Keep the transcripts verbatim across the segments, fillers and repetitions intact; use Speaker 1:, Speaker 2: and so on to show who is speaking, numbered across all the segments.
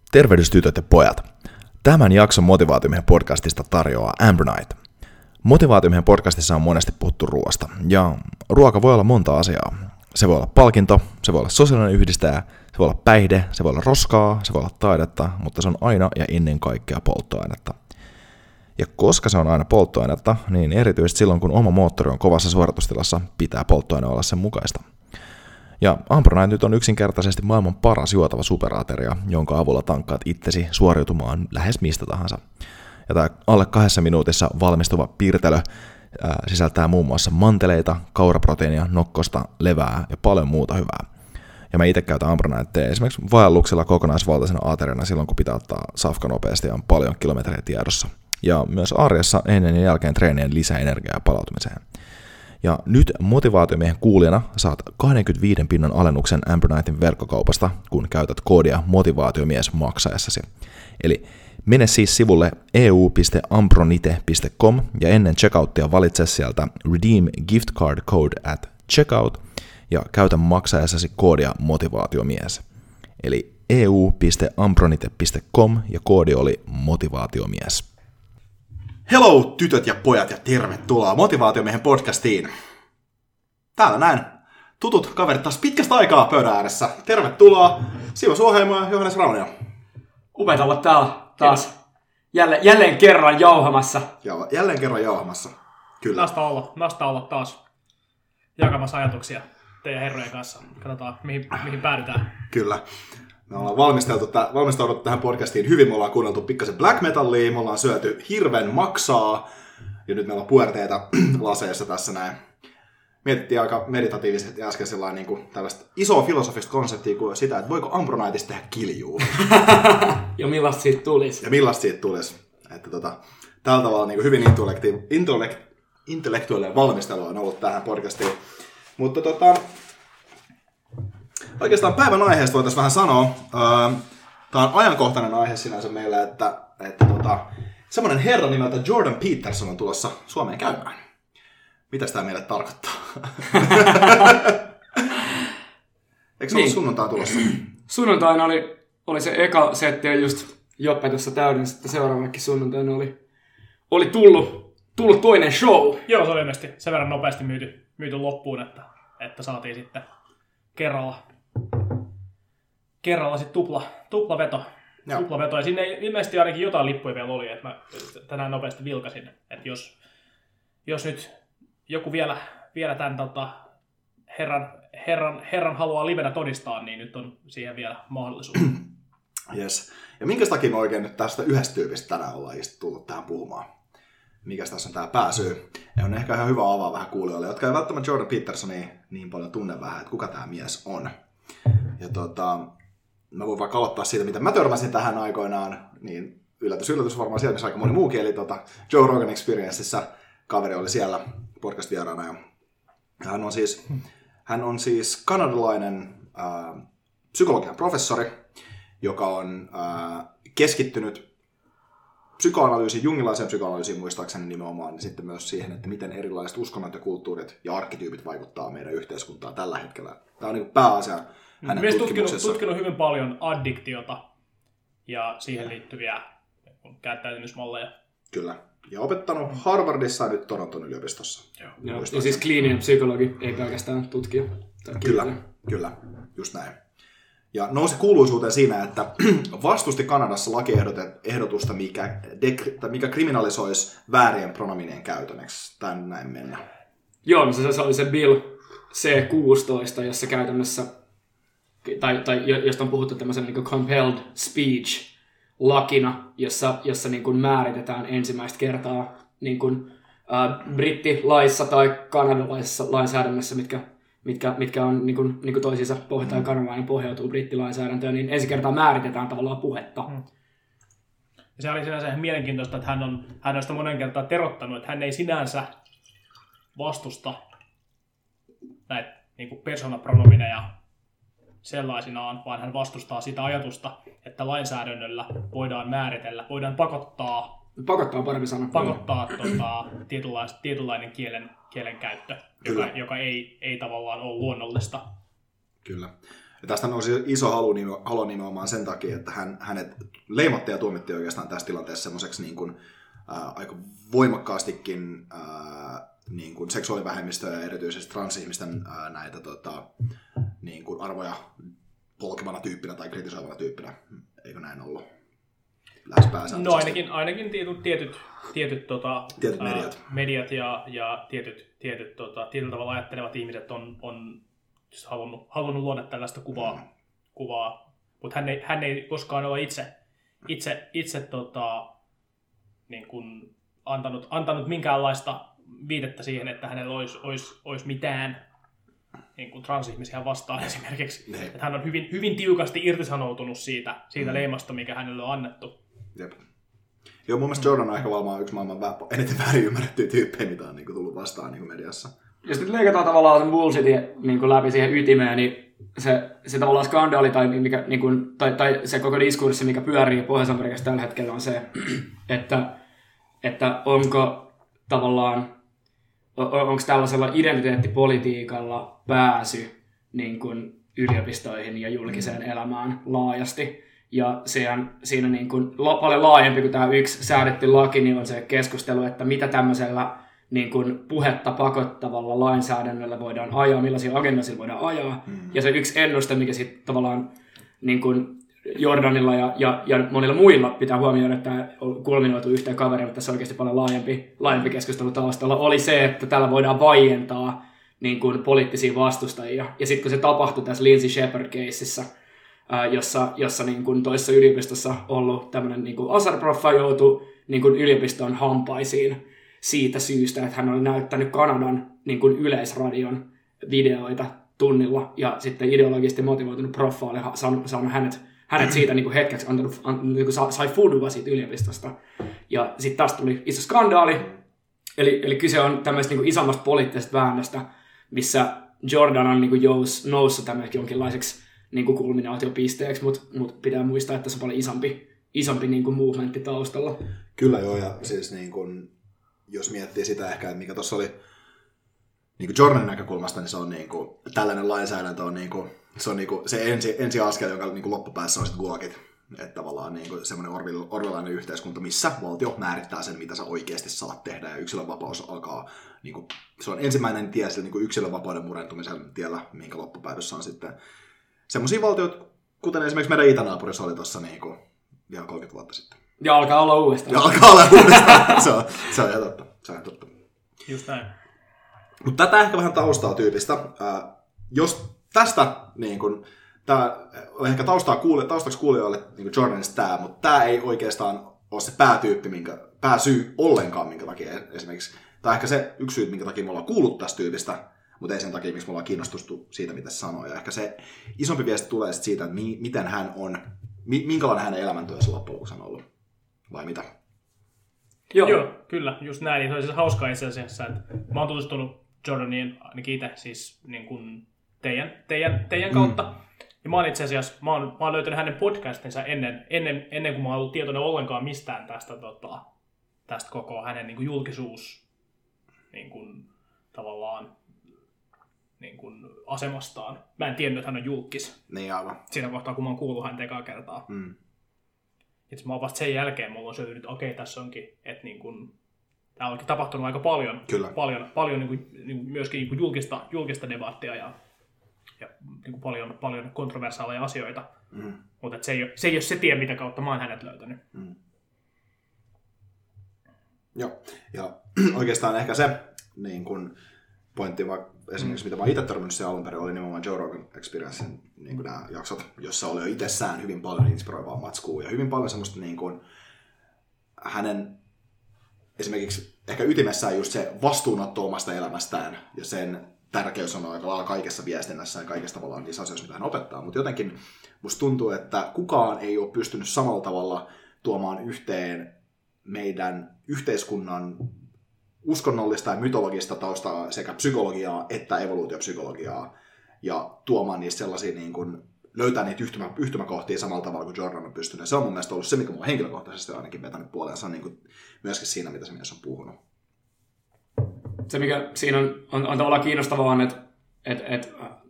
Speaker 1: Tervehdys tytöt ja pojat. Tämän jakson Motivaatiomiehen podcastista tarjoaa Ambernight. Motivaatiomiehen podcastissa on monesti puhuttu ruoasta, ja ruoka voi olla monta asiaa. Se voi olla palkinto, se voi olla sosiaalinen yhdistäjä, se voi olla päihde, se voi olla roskaa, se voi olla taidetta, mutta se on aina ja ennen kaikkea polttoainetta. Ja koska se on aina polttoainetta, niin erityisesti silloin kun oma moottori on kovassa suoritustilassa, pitää polttoaine olla sen mukaista. Ja Ambernight nyt on yksinkertaisesti maailman paras juotava superateria, jonka avulla tankkaat itsesi suoriutumaan lähes mistä tahansa. Ja tämä alle kahdessa minuutissa valmistuva piirtelö ää, sisältää muun muassa manteleita, kauraproteiinia, nokkosta, levää ja paljon muuta hyvää. Ja mä itse käytän Ambernightia esimerkiksi vaelluksilla kokonaisvaltaisena ateriana silloin, kun pitää ottaa safka nopeasti ja on paljon kilometrejä tiedossa. Ja myös arjessa ennen ja jälkeen treenien lisäenergiaa palautumiseen. Ja nyt Motivaatiomiehen kuulijana saat kaksikymmentäviisi pinnan alennuksen Ambernightin verkkokaupasta, kun käytät koodia motivaatiomies maksaessasi. Eli mene siis sivulle e u piste ambronite piste com ja ennen checkouttia valitse sieltä Redeem Gift Card Code at checkout ja käytä maksaessasi koodia motivaatiomies. Eli e u piste ambronite piste com ja koodi oli motivaatiomies.
Speaker 2: Hello tytöt ja pojat ja tervetuloa Motivaatiomiehen podcastiin. Täällä näin tutut kaverit taas pitkästä aikaa pöydän ääressä. Tervetuloa Simo Suoheimo ja Johannes Raunio.
Speaker 3: Upeata olla täällä taas jälleen, jälleen kerran jauhamassa.
Speaker 2: Ja jälleen kerran jauhamassa, kyllä.
Speaker 4: Nasta olla, nasta olla taas jakamassa ajatuksia teidän herrojen kanssa. Katsotaan mihin, mihin päädytään.
Speaker 2: Kyllä. Me ollaan valmisteltu, valmistauduttu tähän podcastiin hyvin, me ollaan kuunneltu pikkasen black metallia, me ollaan syöty hirven maksaa, ja nyt meillä on puerteita laseissa tässä näin. Mietittiin aika meditatiivisesti äsken sellainen niin kuin tällaista isoa filosofista konseptia kuin sitä, että voiko Ambronightista tehdä kiljuu.
Speaker 3: Ja millaista siitä tulisi.
Speaker 2: Ja millaista siitä tulisi. Että tota, tällä tavalla niin kuin hyvin intellekti- intellekt- intellektuaalinen valmistelu on ollut tähän podcastiin. Mutta tota... Oikeastaan päivän aiheesta voitaisiin vähän sanoa. Tämä on ajankohtainen aihe sinänsä meillä, että, että tota, semmoinen herra nimeltä Jordan Peterson on tulossa Suomeen käymään. Mitäs tämä meille tarkoittaa? Eikö se niin ollut sunnuntai tulossa?
Speaker 3: Sunnuntaina oli, oli se eka setti ja just Joppe tuossa täydensi, että seuraavakin sunnuntaina oli, oli tullut, tullut toinen show.
Speaker 4: Joo, se oli ilmeisesti sen verran nopeasti myyty, myyty loppuun, että, että saatiin sitten kerralla, kerralla sitten tupla, tupla veto. Tupla veto. Ja sinne ilmeisesti ainakin jotain lippuja vielä oli, että mä tänään nopeasti vilkasin, että jos, jos nyt joku vielä, vielä tämän tota, herran, herran, herran haluaa livenä todistaa, niin nyt on siihen vielä mahdollisuus.
Speaker 2: Yes. Ja minkä takia me oikein nyt tästä yhdestä tyypistä tänään ollaan tullut tähän puhumaan? Mikäs tässä on tää pääsyy? Ja on ehkä ihan hyvä avaa vähän kuulijoille, jotka ei välttämättä Jordan Petersonia niin paljon tunne vähän, että kuka tää mies on. Ja tota, mä voin vaikka aloittaa siitä, mitä mä törmäsin tähän aikoinaan, niin yllätys, yllätys varmaan siellä, missä aika moni muukin, eli tota, Joe Rogan Experienceissa kaveri oli siellä podcast-vieraana. Ja hän on siis, hän on siis kanadalainen äh, psykologian professori, joka on äh, keskittynyt psykoanalyysiin, jungilaiseen psykoanalyysiin muistaakseni nimenomaan, niin sitten myös siihen, että miten erilaiset uskonnot ja kulttuurit ja arkkityypit vaikuttaa meidän yhteiskuntaan tällä hetkellä. Tämä on niin kuin pääasia hänen
Speaker 4: Mies
Speaker 2: tutkimuksessa.
Speaker 4: Tutkinut, tutkinut hyvin paljon addiktiota ja siihen liittyviä käyttäytymismalleja.
Speaker 2: Kyllä. Ja opettanut Harvardissa ja nyt Toronton yliopistossa.
Speaker 3: Joo. Joo. Ja siis kliininen psykologi, ei pelkästään tutkija.
Speaker 2: Kyllä, kyllä, just näin. Ja nousi kuuluisuuteen siinä, että vastusti Kanadassa lakiehdotusta, mikä, de- mikä kriminalisoisi väärien pronominien käytön. Eikö tän näin mennä?
Speaker 3: Joo, no se, se oli se Bill C kuusitoista, jossa käytännössä, tai, tai josta on puhuttu tämmöisen niin kuin compelled speech lakina, jossa, jossa niin kuin määritetään ensimmäistä kertaa niin kuin, äh, brittilaissa tai kanadalaisessa lainsäädännössä, mitkä mitkä, mitkä on niin kuin, niin kuin toisiinsa pohjataan kanavaan, niin pohjautuu brittilainsäädäntöön, niin ensi kertaa määritetään tavallaan puhetta. Hmm.
Speaker 4: Ja se oli sinänsä ihan mielenkiintoista, että hän on, hän on sitä monen kertaa terottanut, että hän ei sinänsä vastusta näitä niin kuin persoonapronomineja sellaisinaan, vaan hän vastustaa sitä ajatusta, että lainsäädännöllä voidaan määritellä, voidaan pakottaa
Speaker 3: Pakottaa parempi sana.
Speaker 4: Pakottaa tota, tietynlainen kielen, kielen käyttö, joka, joka ei, ei tavallaan ole luonnollista.
Speaker 2: Kyllä. Ja tästä nousi iso halu, halu nimenomaan sen takia, että hän, hänet leimattiin ja tuomittiin oikeastaan tässä tilanteessa semmoiseksi niin kuin, ää, aika voimakkaastikin ää, niin kuin seksuaalivähemmistöjä ja erityisesti transihmisten ää, näitä tota, niin kuin arvoja polkevana tyyppinä tai kritisoivana tyyppinä. Eikö näin ollut?
Speaker 4: No ainakin, ainakin tietyt, tietyt, tietyt, tota,
Speaker 2: tietyt mediat,
Speaker 4: ää, mediat ja, ja tietyt, tietyt tota, tietyllä tavalla ajattelevat ihmiset on, on halunnut, halunnut luoda tällaista kuvaa, mm. kuvaa. Mutta hän ei, hän ei koskaan ole itse, itse, itse tota, niin kuin antanut, antanut minkäänlaista viitettä siihen, että hänellä olisi, olisi, olisi mitään niin kuin transihmisiä vastaan esimerkiksi. Että hän on hyvin, hyvin tiukasti irtisanoutunut siitä, siitä mm. leimasta, mikä hänelle on annettu.
Speaker 2: Jep. Joo, mun mielestä Jordan on ehkä varmaan yksi maailman eniten väärin ymmärrettyjä tyyppejä, mitä on niin kuin tullut vastaan niin kuin mediassa.
Speaker 3: Ja sitten leikataan tavallaan sen bullshitin niin läpi siihen ytimeen, niin se, se tavallaan skandaali tai, mikä, niin kuin, tai, tai se koko diskurssi, mikä pyörii Pohjois-Amerikassa tällä hetkellä on se, että, että onko tavallaan, onko tällaisella identiteettipolitiikalla pääsy niin kuin yliopistoihin ja julkiseen elämään laajasti. Ja sehän, siinä niin kuin, la, paljon laajempi kuin tämä yksi säädetty laki, niin on se keskustelu, että mitä tämmöisellä niin kuin puhetta pakottavalla lainsäädännöllä voidaan ajaa, millaisia agendoja sillä voidaan ajaa. Mm. Ja se yksi ennuste, mikä sitten tavallaan niin kuin Jordanilla ja, ja, ja monilla muilla pitää huomioida, että tämä kulminoitu yhteen kaveriin, mutta tässä on oikeasti paljon laajempi, laajempi keskustelu taustalla, oli se, että tällä voidaan vaientaa niin kuin poliittisia vastustajia. Ja sitten kun se tapahtui tässä Lindsay Shepherd-keississä, ää, jossa, jossa niin kuin toisessa yliopistossa ollut tämmöinen niin kuin Azar-proffa joutui niin kuin yliopiston hampaisiin siitä syystä, että hän oli näyttänyt Kanadan niin kuin yleisradion videoita tunnilla, ja sitten ideologisesti motivoitunut proffa oli saanut, saanut hänet, hänet siitä niin kuin hetkeksi antanut, niin kuin sai fudua siitä yliopistosta. Ja sitten tästä tuli iso skandaali, eli, eli kyse on tämmöistä niin kuin isommasta poliittisesta väännöstä, missä Jordan on niin kuin jous, noussut tämmöiseksi jonkinlaiseksi niin kuin kulminaatiopisteeksi, mutta mut pitää muistaa, että se on paljon isompi, isompi niin kuin movementti taustalla.
Speaker 2: Kyllä joo, ja siis niin kuin, jos miettii sitä ehkä, että mikä tuossa oli niin kuin Jordanin näkökulmasta, niin se on niin kuin, tällainen lainsäädäntö on, niin kuin, se, on niin kuin, se ensi, ensi askel, joka niin kuin loppupäässä on sitten gulagit. Että tavallaan niin kuin semmoinen orvil, orvilainen yhteiskunta, missä valtio määrittää sen, mitä sä oikeasti saat tehdä, ja yksilönvapaus alkaa, niin kuin, se on ensimmäinen tie sille niin kuin yksilönvapauden murentumisen tiellä, minkä loppupäädyssä on sitten semmoisia valtioita, kuten esimerkiksi meidän itänaapurissa oli tuossa niin kuin, ihan kolmekymmentä vuotta sitten.
Speaker 3: Ja alkaa olla uudestaan.
Speaker 2: Ja alkaa olla uudestaan, se on, se on ihan totta. Se on totta.
Speaker 4: Just näin.
Speaker 2: Mutta tätä ehkä vähän taustaa tyypistä. Äh, jos tästä, niin kun, tää on ehkä taustaa kuuli, taustaksi kuulijoille niin Jordanista tämä, mutta tämä ei oikeastaan ole se päätyyppi, minkä, pääsyy ollenkaan, minkä takia esimerkiksi, tai ehkä se yksi syy, minkä takia me ollaan kuullut tästä tyypistä, mutta ei sen takia, miksi me ollaan kiinnostustu siitä, mitä se sanoo. Ja ehkä se isompi viesti tulee siitä, että mi, miten hän on, mi, minkälainen hänen elämäntyönsä loppujen lopuksi on ollut, vai mitä?
Speaker 4: Joo. Joo, kyllä, just näin. Se oli siis hauskaa itse asiassa, että mä oon tutustunut Jordaniin ainakin itse siis niin kuin teidän, teidän, teidän kautta. Mm. Ja mä oon itse asiassa, mä oon, mä oon löytänyt hänen podcastinsa ennen, ennen, ennen kuin mä oon ollut tietoinen ollenkaan mistään tästä, tota, tästä koko hänen niin kuin julkisuus niin kuin, tavallaan niin kuin, asemastaan. Mä en tiennyt, että hän on julkis.
Speaker 2: Niin aivan.
Speaker 4: Siinä kohtaa, kun mä oon kuullut häntä ekaa kertaa.
Speaker 2: Mm.
Speaker 4: Itse mä oon vasta sen jälkeen, mulla on syötynyt, että okei, tässä onkin, että niin kun, täällä onkin tapahtunut aika paljon,
Speaker 2: Kyllä.
Speaker 4: paljon, paljon niin kuin, niin kuin myöskin niin kuin julkista, julkista debattia ja, ja niin kuin paljon, paljon kontroversaaleja asioita. Mm. Mutta se ei, ole, se ei ole se tie, mitä kautta mä oon hänet löytänyt. Mm.
Speaker 2: Joo, ja oikeastaan ehkä se niin kun pointti, esimerkiksi mitä mä itse törmännyt se alun perin, oli nimenomaan Joe Rogan Experiencein niin nämä jaksot, jossa oli jo itsessään hyvin paljon inspiroivaa matskua ja hyvin paljon semmoista niin kuin, hänen esimerkiksi ehkä ytimessään just se vastuunotto omasta elämästään ja sen tärkeys on aika lailla kaikessa viestinnässä ja kaikessa tavallaan niissä asioissa, mitä hän opettaa, mutta jotenkin musta tuntuu, että kukaan ei ole pystynyt samalla tavalla tuomaan yhteen meidän yhteiskunnan uskonnollista ja mytologista taustaa sekä psykologiaa että evoluutiopsykologiaa ja tuomaan niistä sellaisia, niin kuin, löytää niitä yhtymä, yhtymäkohtia samalla tavalla kuin Jordan on pystynyt. Se on mun mielestä ollut se, mikä mun henkilökohtaisesti on ainakin vetänyt puoleensa niin kuin, myöskin siinä, mitä se mies on puhunut.
Speaker 3: Se, mikä siinä on, on, on tavallaan kiinnostavaa, on, että et, et,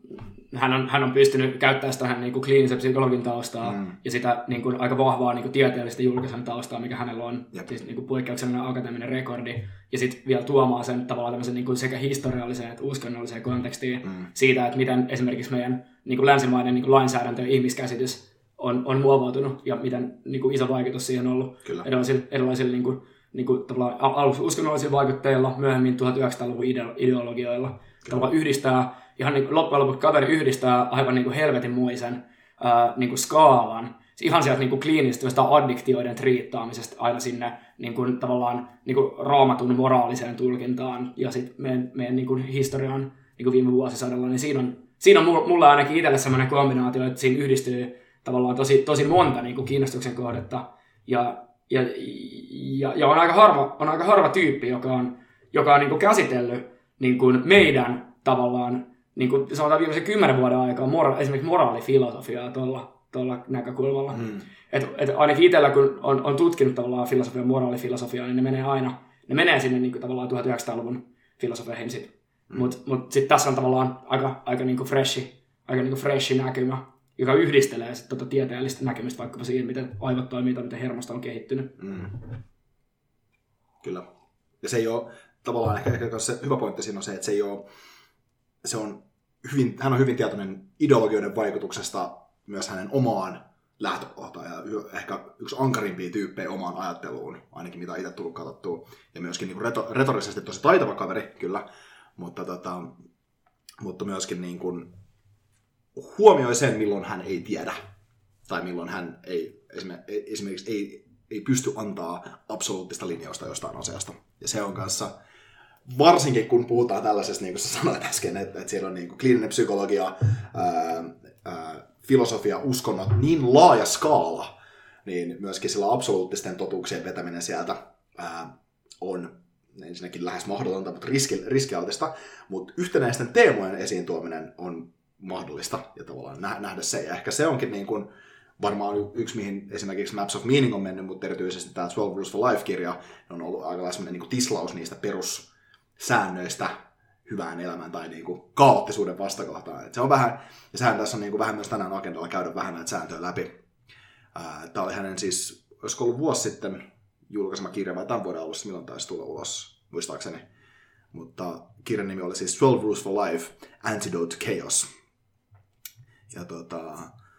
Speaker 3: hän on, hän on pystynyt käyttämään sitä niin kuin kliinisen psykologin taustaa mm. ja sitä niin kuin, aika vahvaa niin kuin tieteellistä julkisen taustaa, mikä hänellä on, siis niin kuin poikkeuksellinen akateeminen rekordi, ja sitten vielä tuomaan sen tavallaan tämmöisen niin kuin sekä historialliseen että uskonnolliseen kontekstiin mm. siitä, että miten esimerkiksi meidän niin kuin länsimainen niin kuin lainsäädäntö ja ihmiskäsitys on, on muovautunut ja miten niin kuin iso vaikutus siihen on ollut Kyllä. erilaisilla, erilaisilla niin kuin, niin kuin, aluksi uskonnollisilla vaikutteilla, myöhemmin tuhatyhdeksänsataaluvun ideologioilla. Tavallaan yhdistää, ihan niin loppujen lopuksi kaveri yhdistää aivan niin kuin helvetinmuisen ää, niin kuin skaalan. Ihan sieltä niin kuin kliinistä addiktioiden triittaamisesta aina sinne niin kuin, tavallaan niin kuin raamatun moraaliseen tulkintaan ja sitten meidän, meidän niin kuin historian niin kuin viime vuosisadalla. Niin siinä on, siinä on mulle ainakin itselle sellainen kombinaatio, että siinä yhdistyy tavallaan tosi, tosi monta niin kuin kiinnostuksen kohdetta. Ja, ja, ja, ja on, aika harva, on aika harva tyyppi, joka on, joka on niin kuin käsitellyt niin kuin meidän tavallaan, niin kuin sanotaan viimeisen kymmenen vuoden aikaa, mora, esimerkiksi moraalifilosofiaa tuolla, tuolla näkökulmalla. Mm. Et, et ainakin itsellä, kun on, on tutkinut tavallaan filosofiaa, moraalifilosofiaa, niin ne menee aina, ne menee sinne niin kuin tavallaan tuhatyhdeksänsataaluvun filosofiahin sit. Mm. Mutta mut sitten tässä on tavallaan aika, aika niin kuin freshi, aika niin kuin freshi näkymä, joka yhdistelee sit tota tieteellistä näkemystä vaikkapa siihen, miten aivot toimii tai miten hermosto on kehittynyt.
Speaker 2: Mm. Kyllä. Ja se ei ole, tavallaan ehkä, ehkä se hyvä pointti siinä on se, että se ei ole, se on hyvin, hän on hyvin tietoinen ideologioiden vaikutuksesta myös hänen omaan lähtökohtaan ja ehkä yksi ankarimpia tyyppejä omaan ajatteluun, ainakin mitä itse tullut katsottua. Ja myöskin niin reto, retorisesti tosi taitava kaveri, kyllä, mutta, tota, mutta myöskin niin kuin huomioi sen, milloin hän ei tiedä. Tai milloin hän ei esimerkiksi ei, ei pysty antaa absoluuttista linjausta jostain asiasta. Ja se on kanssa, varsinkin kun puhutaan tällaisesta, niin kuin sä sanoit äsken, että, että siellä on niin kuin kliininen psykologia, ää, ää, filosofia, uskonnot, niin laaja skaala, niin myöskin sillä absoluuttisten totuuksien vetäminen sieltä ää, on ensinnäkin lähes mahdotonta, mutta riski, riskialtista. Mutta yhtenäisten teemojen esiin tuominen on mahdollista ja tavallaan nähdä se. Ja ehkä se onkin niin kuin varmaan yksi, mihin esimerkiksi Maps of Meaning on mennyt, mutta erityisesti tämä twelve Rules for Life-kirja on ollut aika sellainen niin kuin tislaus niistä perussäännöistä hyvään elämään tai niin kuin kaoottisuuden vastakohtaan. Et se on vähän, ja sehän tässä on niin kuin vähän myös tänään agendalla käydä vähän näitä sääntöjä läpi. Tämä oli hänen siis, olisiko ollut vuosi sitten julkaisema kirja vai tämän vuoden alussa, milloin taisi tulla ulos, muistaakseni. Mutta kirjan nimi oli siis twelve Rules for Life, Antidote to Chaos. Ja tota,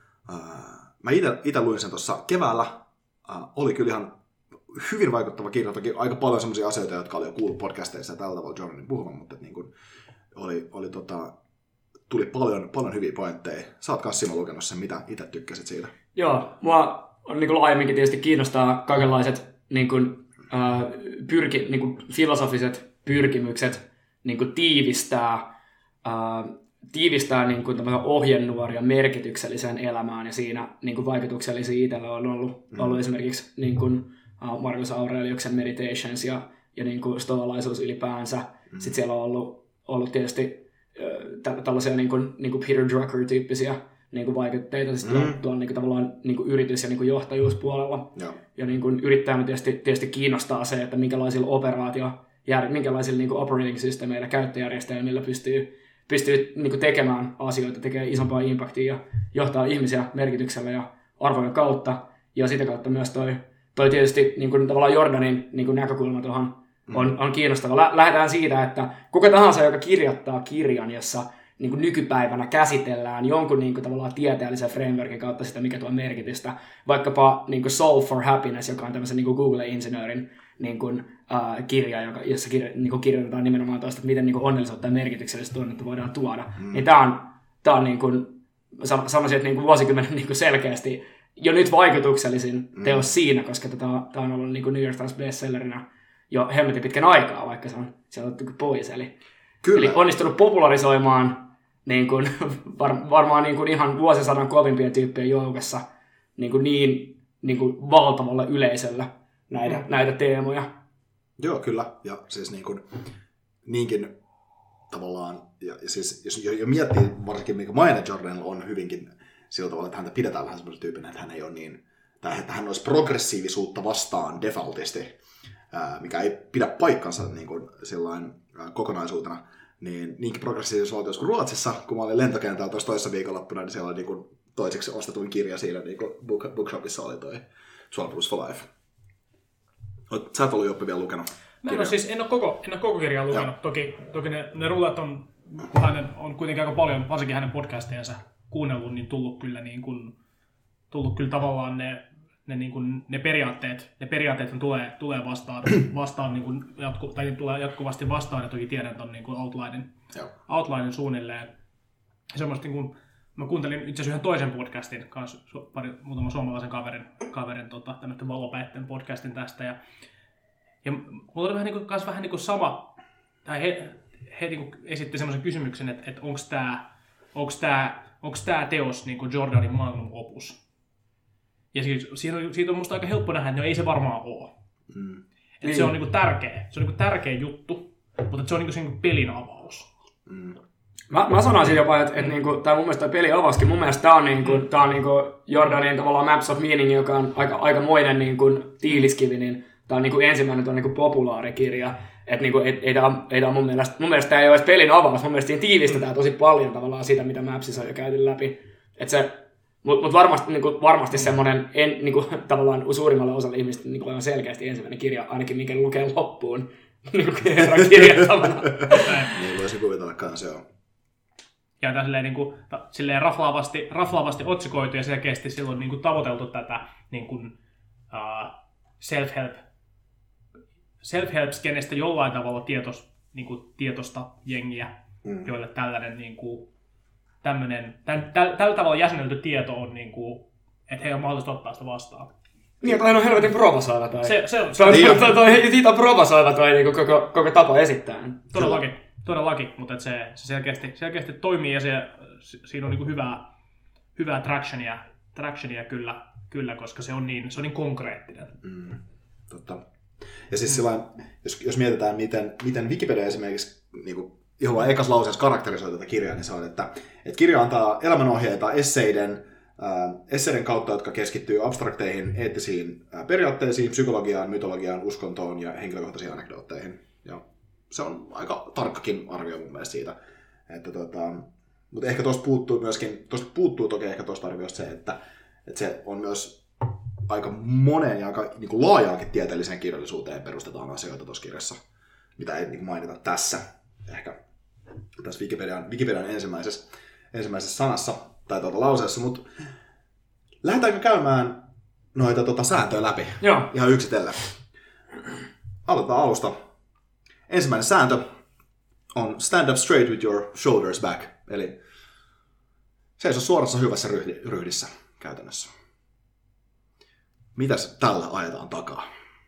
Speaker 2: ää, mä itse luin sen tuossa keväällä. Ää, oli kyllä ihan hyvin vaikuttava kirja. Toki aika paljon sellaisia asioita, jotka oli jo kuullut podcasteissa ja tällä tavalla Jordanin puhuvan, mutta niin kuin oli, oli tota, tuli paljon, paljon hyviä pointteja. Sä oot kanssa Simo lukenut sen, mitä itse tykkäsit siitä?
Speaker 3: Joo, mua on niin kuin laajemminkin tietysti kiinnostaa kaikenlaiset niin kuin, ää, pyrki, niin kuin filosofiset pyrkimykset niin kuin tiivistää, ää, tiivistää niin kuin ohjenuoria merkitykselliseen elämään ja siinä niin kuin vaikutuksellisia itsellä on ollut, mm. ollut esimerkiksi niin kuin, uh, Marcus Aureliuksen Meditations ja, ja niin kuin stoalaisuus ylipäänsä. Mm. Sitten siellä on ollut, ollut tietysti äh, tällaisia niin kuin, niin kuin Peter Drucker-tyyppisiä niin kuin vaikutteita siis tuolla, mm. tuolla niin kuin, tavallaan niin kuin yritys- ja niin kuin johtajuuspuolella. Ja, ja niin kuin yrittäjänä tietysti, tietysti kiinnostaa se, että minkälaisilla operaatio, jär, minkälaisilla niin kuin operating-systeemeillä, käyttöjärjestelmillä pystyy pystyy niin kuin tekemään asioita, tekee isompaa impaktia ja johtaa ihmisiä merkityksellä ja arvojen kautta. Ja sitä kautta myös toi, toi tietysti niin kuin tavallaan Jordanin niin kuin näkökulma tuohon on, on kiinnostava. Lä- lähdetään siitä, että kuka tahansa, joka kirjoittaa kirjan, jossa niin kuin nykypäivänä käsitellään jonkun niin kuin tavallaan tieteellisen frameworkin kautta sitä, mikä tuo merkitystä. Vaikkapa niin kuin Solve for Happiness, joka on tämmöisen niin kuin Google-insinöörin niin kuin, uh, kirja, joka, jossa kirjo, niin kuin kirjoitetaan nimenomaan toista, että miten niin kuin onnellisuutta ja merkityksellistä tunnetta voidaan tuoda. Mm. Niin tämä on, tää on niin kuin, sanoisin, että niin kuin vuosikymmenen niin kuin selkeästi jo nyt vaikutuksellisin mm. teos siinä, koska tämä on ollut niin kuin New York Times bestsellerinä jo hemmetin pitkän aikaa, vaikka se on sieltä otettu pois. Eli, eli onnistunut popularisoimaan niin kuin, var, varmaan niin kuin ihan vuosisadan kovimpien tyyppien joukossa niin, kuin niin, niin kuin valtavalla yleisöllä näitä, mm. näitä teemoja.
Speaker 2: Joo, kyllä. Ja siis niin kuin, niinkin tavallaan, ja, ja siis jos jo, jo miettii varsinkin, mikä maine Jordanilla on hyvinkin sillä tavalla, että häntä pidetään vähän semmoisen tyypin, että hän ei ole niin, tai että hän olisi progressiivisuutta vastaan defaultisti, ää, mikä ei pidä paikkansa niin kuin sillain ää, kokonaisuutena. niin niinkin progressiivisessa valtiossa kuin Ruotsissa, kun mä olin lentokentällä tuossa toisessa viikonloppuna, niin siellä oli niin kuin toiseksi ostetuin kirja siinä niin kuin book, bookshopissa oli toi twelve Rules for Life. Oot, sä et ollut Joppi vielä lukenut
Speaker 4: Mä en ole, siis, en ole koko, en ole koko kirjaa lukenut. Joo. Toki, toki ne, ne rullet on, hänen, on kuitenkin aika paljon, varsinkin hänen podcastiensa kuunnellut, niin tullut kyllä, niin kuin, tullut kyllä tavallaan ne, ne, niin kuin, ne periaatteet, ne periaatteet tulee, tulee vastaan, vastaan niin kuin jatku, tai tulee jatkuvasti vastaan, ja toki tiedän ton niin kuin outlinen, outlinen suunnilleen. Semmoista niin kuin, mä kuuntelin itse asiassa yhden toisen podcastin kanssa, pari, muutaman suomalaisen kaverin, kaverin tota, tämmöinen valopäitten podcastin tästä, ja Ja mulla oli vähän, niin kuin, kans vähän niin kuin sama, tai he, he niin kuin esitti semmoisen kysymyksen, että, että onko tämä onks tää, onks tää teos niin kuin Jordanin magnum opus. Ja siitä, siitä on musta aika helppo nähdä, että no ei se varmaan ole. Mm. Että niin. Se on niin kuin tärkeä, se on niin kuin tärkeä juttu, mutta se on niin kuin, se niin kuin pelin avaus. Mm.
Speaker 3: Mä, mä sanoisin jopa, että, että niinku, tää mun mielestä toi peli avauskin, mun mielestä tää on, niinku, tää on niinku Jordanin tavallaan Maps of Meaning, joka on aika, aikamoinen niinku, tiiliskivi, niin tää on niinku ensimmäinen tuon niinku populaarikirja. Että niinku, ei, ei tää, ei tää mun mielestä, mun mielestä tää ei ole edes pelin avaus, mun mielestä siinä tiivistetään tosi paljon tavallaan sitä, mitä Mapsissa on jo käyty läpi. Et se, mut, mut varmasti, niinku, varmasti semmonen, en, niinku, tavallaan suurimmalle osalle ihmistä niinku, on selkeästi ensimmäinen kirja, ainakin minkä lukee loppuun. Niinku herran kirjoittamana.
Speaker 2: Niin voisi kuvitella kans, joo.
Speaker 4: Ja tämä silleen, niin kuin, silleen raflaavasti, raflaavasti otsikoitu ja selkeästi silloin niin kuin tavoiteltu tätä niin kuin, uh, self-help, self-help-skenestä jollain tavalla tietos, niin kuin, tietosta jengiä, mm. joille tällainen niin kuin, tämmöinen, tämän, täl, tällä tavalla jäsenelty tieto on, niin kuin, että he on mahdollista ottaa sitä vastaan.
Speaker 3: Niin, toi on helvetin provosoiva toi.
Speaker 4: Se, se on,
Speaker 3: se on, toi, toi, toi, siitä on provosoiva toi niin koko, koko tapa esittää.
Speaker 4: Todellakin. Todellakin, mutta se, se selkeästi, selkeästi toimii ja se, siinä on niin kuin hyvää, hyvää tractionia, tractionia kyllä, kyllä, koska se on niin, se on niin konkreettinen.
Speaker 2: Mm, totta. Ja siis mm. sillain, jos, jos mietitään, miten, miten Wikipedia esimerkiksi niin kuin, ihan vain ekas lauseessa karakterisoi tätä kirjaa, niin se on, että, että kirja antaa elämänohjeita esseiden, äh, esseiden kautta, jotka keskittyy abstrakteihin, eettisiin äh, periaatteisiin, psykologiaan, mytologiaan, uskontoon ja henkilökohtaisiin anekdootteihin. Ja se on aika tarkkakin arvio mun mielestä siitä. Että tota, mutta ehkä tuosta puuttuu myöskin, tuosta puuttuu toki ehkä tuosta arviosta se, että, että se on myös aika moneen ja aika niin kuin laajaankin tieteelliseen kirjallisuuteen perustetaan asioita tuossa kirjassa, mitä ei niin kuin mainita tässä ehkä tässä Wikipedian, Wikipedian ensimmäisessä, ensimmäisessä sanassa tai tuota lauseessa, mutta lähdetäänkö käymään noita tota sääntöjä läpi?
Speaker 3: Joo.
Speaker 2: Ihan yksitellen. Aloitetaan alusta. Ensimmäinen sääntö on stand up straight with your shoulders back, eli seiso suorassa hyvässä ryhdissä käytännössä. Mitäs tällä ajetaan takaa?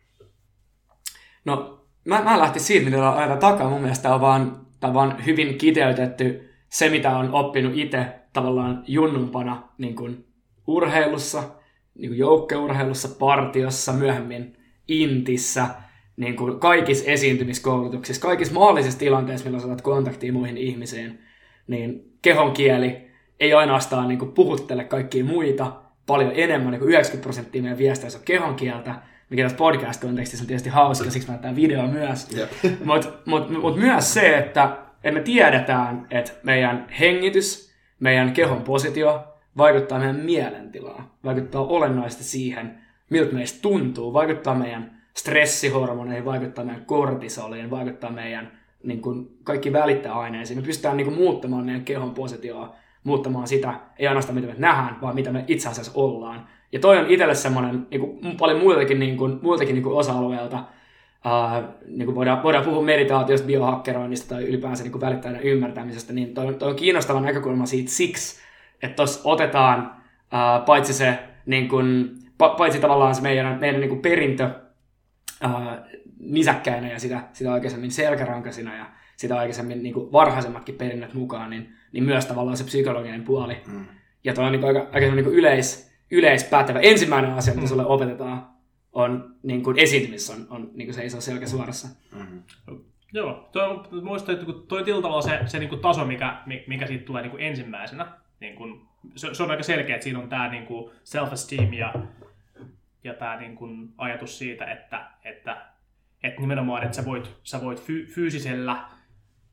Speaker 3: No, mä, mä lähtin siitä, mitä ajetaan takaa. Mun mielestä tämä on vaan, tämä on vaan hyvin kiteytetty se, mitä on oppinut itse tavallaan junnumpana niin kuin urheilussa, niin kuin joukkueurheilussa, partiossa, myöhemmin intissä, niin kuin kaikissa esiintymiskoulutuksissa, kaikissa mahdollisissa tilanteissa, millä saat kontaktia muihin ihmisiin, niin kehon kieli ei ainoastaan niin kuin puhuttele kaikkia muita paljon enemmän, niin kuin yhdeksänkymmentä prosenttia meidän viesteissä on kehon kieltä, mikä tässä podcast-kontekstissa on tietysti hauska, siksi mä tämän videon myös. Mutta mut, mut myös se, että, että me tiedetään, että meidän hengitys, meidän kehon positio vaikuttaa meidän mielentilaan, vaikuttaa olennaisesti siihen, miltä meistä tuntuu, vaikuttaa meidän stressihormoneihin, vaikuttaa meidän kortisoliin, vaikuttaa meidän niin kuin, kaikki välittäjäaineisiin. Me pystytään niin kuin, muuttamaan meidän kehon positioa, muuttamaan sitä, ei ainoastaan mitä me nähdään, vaan mitä me itse asiassa ollaan. Ja toi on itselle semmoinen niin kuin, paljon muiltakin, niin kuin, muiltakin niin kuin osa-alueelta. Uh, niin kuin voidaan, voidaan puhua meditaatiosta, biohakkeroinnista tai ylipäänsä niin kuin välittäjän ymmärtämisestä, niin toi, toi on kiinnostava näkökulma siitä siksi, että tuossa otetaan uh, paitsi se, niin kuin, pa, paitsi tavallaan se meidän, meidän niin kuin perintö, Uh, nisäkkäinä ja sitä, sitä aikaisemmin selkärankasina ja sitä aikaisemmin niin kuin varhaisemmatkin perinnöt mukaan, niin, niin myös tavallaan se psykologinen puoli. Mm. Ja tuo on niin kuin aika, aika niin kuin yleis, yleispätevä. Ensimmäinen asia, mitä mm. sulle opetetaan, on niin kuin esiintymissä, on, on niin kuin seisoo selkä suorassa. Mm-hmm.
Speaker 4: Joo, toi, muistan, että toi tiltalla se, se niin kuin taso, mikä, mikä siitä tulee niin kuin ensimmäisenä, niin kuin, se, se on aika selkeä, että siinä on tämä niin kuin self-esteem ja Ja tämä niin kun ajatus siitä, että, että, että nimenomaan, että sä voit, sä voit fy, fyysisellä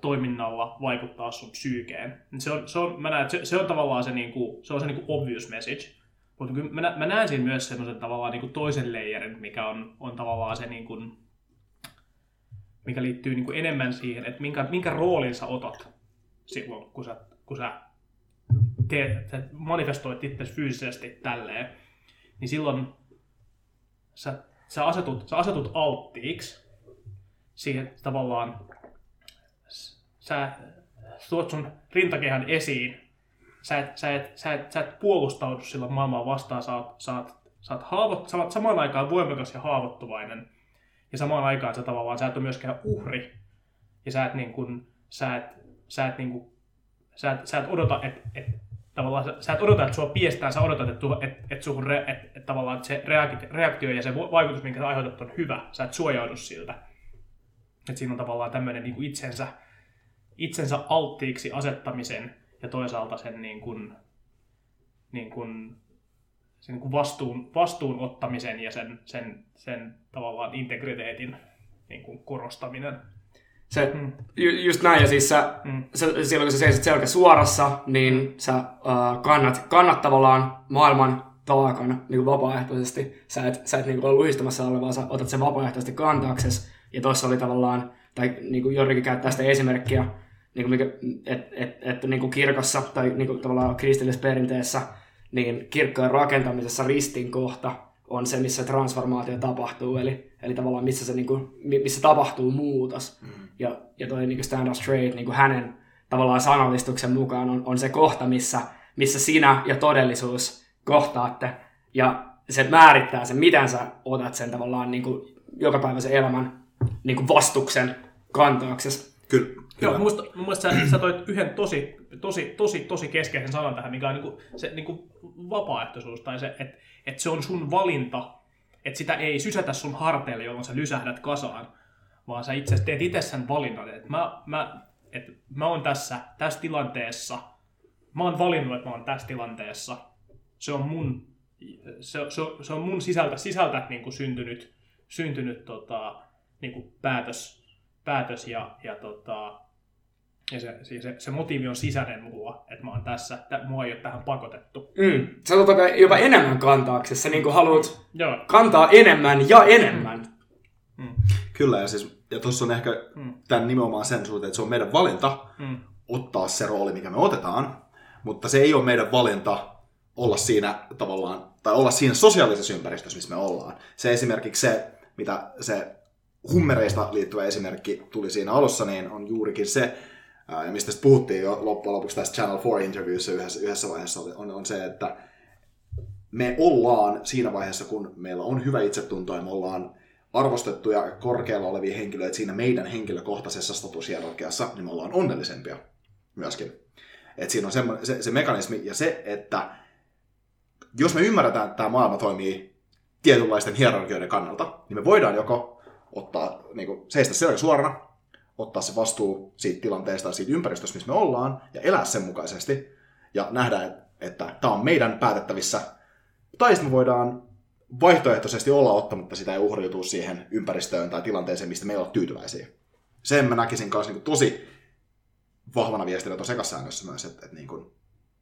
Speaker 4: toiminnalla vaikuttaa sun psyykeen. Se on, se on, mä näen, se, se on tavallaan se, niinku, se, on se niinku obvious message. Mutta mä, mä näen siinä myös semmoisen tavallaan niinku toisen layerin, mikä on, on tavallaan se, niinku, mikä liittyy niinku enemmän siihen, että minkä, minkä roolin sä otat silloin, kun sä, kun sä, teet, sä manifestoit itse fyysisesti tälleen. Niin silloin sä, sä, asetut, sä asetut alttiiksi siihen tavallaan, sä tuot sun rintakehän esiin, sä et, sä et, sä et, sä et puolustaudu sillä maailmaa vastaan, sä oot, sä oot, sä oot, haavoit, sä oot samaan aikaan voimakas ja haavoittuvainen, ja samaan aikaan sä tavallaan, sä et ole myöskään uhri, ja sä et niin kuin, sä et, sä et niin kuin, sä et, sä et odota, että et, tavallaan sä, sä et odota, että sua piestään, sä odotat, että et, et suhun re, et, et tavallaan että se reaktio ja se vaikutus, minkä sä aiheutat, on hyvä, sä et suojaudu siltä. Että siinä on tavallaan tämmöinen niin kuin itsensä, itsensä alttiiksi asettamisen ja toisaalta sen, niin kuin, niin kuin, sen niin kuin vastuun, vastuun ottamisen ja sen, sen, sen tavallaan integriteetin niin kuin korostaminen.
Speaker 3: Se, mm. ju, just näin, ja siis sä, mm. sä, silloin kun sä seisot selkä suorassa, niin sä uh, kannat, kannat tavallaan maailman taakan niin vapaaehtoisesti. Sä et, sä et niin ole luhistamassa alle, vaan sä otat sen vapaaehtoisesti kantaaksesi. Ja tuossa oli tavallaan, tai niin kuin Jorrikin käyttää sitä esimerkkiä, niin kuin että et, et, niin kuin kirkossa tai niin kuin tavallaan kristillisessä perinteessä, niin kirkkojen rakentamisessa ristin kohta on se, missä transformaatio tapahtuu, eli, eli tavallaan missä, se, niin kuin, missä tapahtuu muutos. Mm. Ja, ja toi niin kuin Stand Up Straight niin kuin hänen tavallaan sanallistuksen mukaan on, on se kohta, missä, missä sinä ja todellisuus kohtaatte, ja se määrittää sen, miten sä otat sen tavallaan niin kuin jokapäiväisen elämän niin kuin vastuksen kantaaksesi.
Speaker 2: Kyllä.
Speaker 4: Joo, musta, musta sä, sä toit yhden tosi, tosi, tosi, tosi keskeisen sanan tähän, mikä on niin kuin, se niin kuin vapaaehtoisuus, tai se, että et se on sun valinta, että sitä ei sysätä sun harteille, jolloin sä lysähdät kasaan, vaan sä itse teet itse sen valinnan, että mä, mä, et mä oon tässä, tässä tilanteessa, mä oon valinnut, että mä oon tässä tilanteessa, se on mun, se, se, se on mun sisältä, sisältä niin kuin syntynyt, syntynyt tota, niin kuin päätös, päätös ja, ja, tota, ja se, se, se motiivi on sisäinen mulla, että mä oon tässä, että mua ei ole tähän pakotettu.
Speaker 3: Mm. Sä otat jopa enemmän kantaaksesi, sä niin kuin haluat
Speaker 4: Joo.
Speaker 3: kantaa enemmän ja enemmän.
Speaker 4: Mm.
Speaker 2: Kyllä, ja, siis, ja tuossa on ehkä mm. tämän nimenomaan sen suhteen, että se on meidän valinta mm. ottaa se rooli, mikä me otetaan, mutta se ei ole meidän valinta olla siinä tavallaan, tai olla siinä sosiaalisessa ympäristössä, missä me ollaan. Se esimerkiksi se, mitä se hummereista liittyvä esimerkki tuli siinä alussa, niin on juurikin se, ja mistä puhuttiin jo loppujen lopuksi tässä Channel four interviewissa yhdessä, yhdessä vaiheessa, on, on se, että me ollaan siinä vaiheessa, kun meillä on hyvä itsetunto ja me ollaan arvostettuja korkealla olevia henkilöitä siinä meidän henkilökohtaisessa statushierarkiassa, niin me ollaan onnellisempia myöskin. Et siinä on se, se, se mekanismi ja se, että jos me ymmärretään, että tämä maailma toimii tietynlaisten hierarkioiden kannalta, niin me voidaan joko ottaa, niin kuin, seistä selkä suorana, ottaa se vastuu siitä tilanteesta ja siitä ympäristöstä, missä me ollaan, ja elää sen mukaisesti, ja nähdä, että, että tämä on meidän päätettävissä. Tai sitten me voidaan vaihtoehtoisesti olla ottamatta sitä ja uhriutua siihen ympäristöön tai tilanteeseen, mistä me ei ole tyytyväisiä. Sen mä näkisin kanssa niin kuin tosi vahvana viestinä tuossa ekassäännössä myös, että, että niin kuin,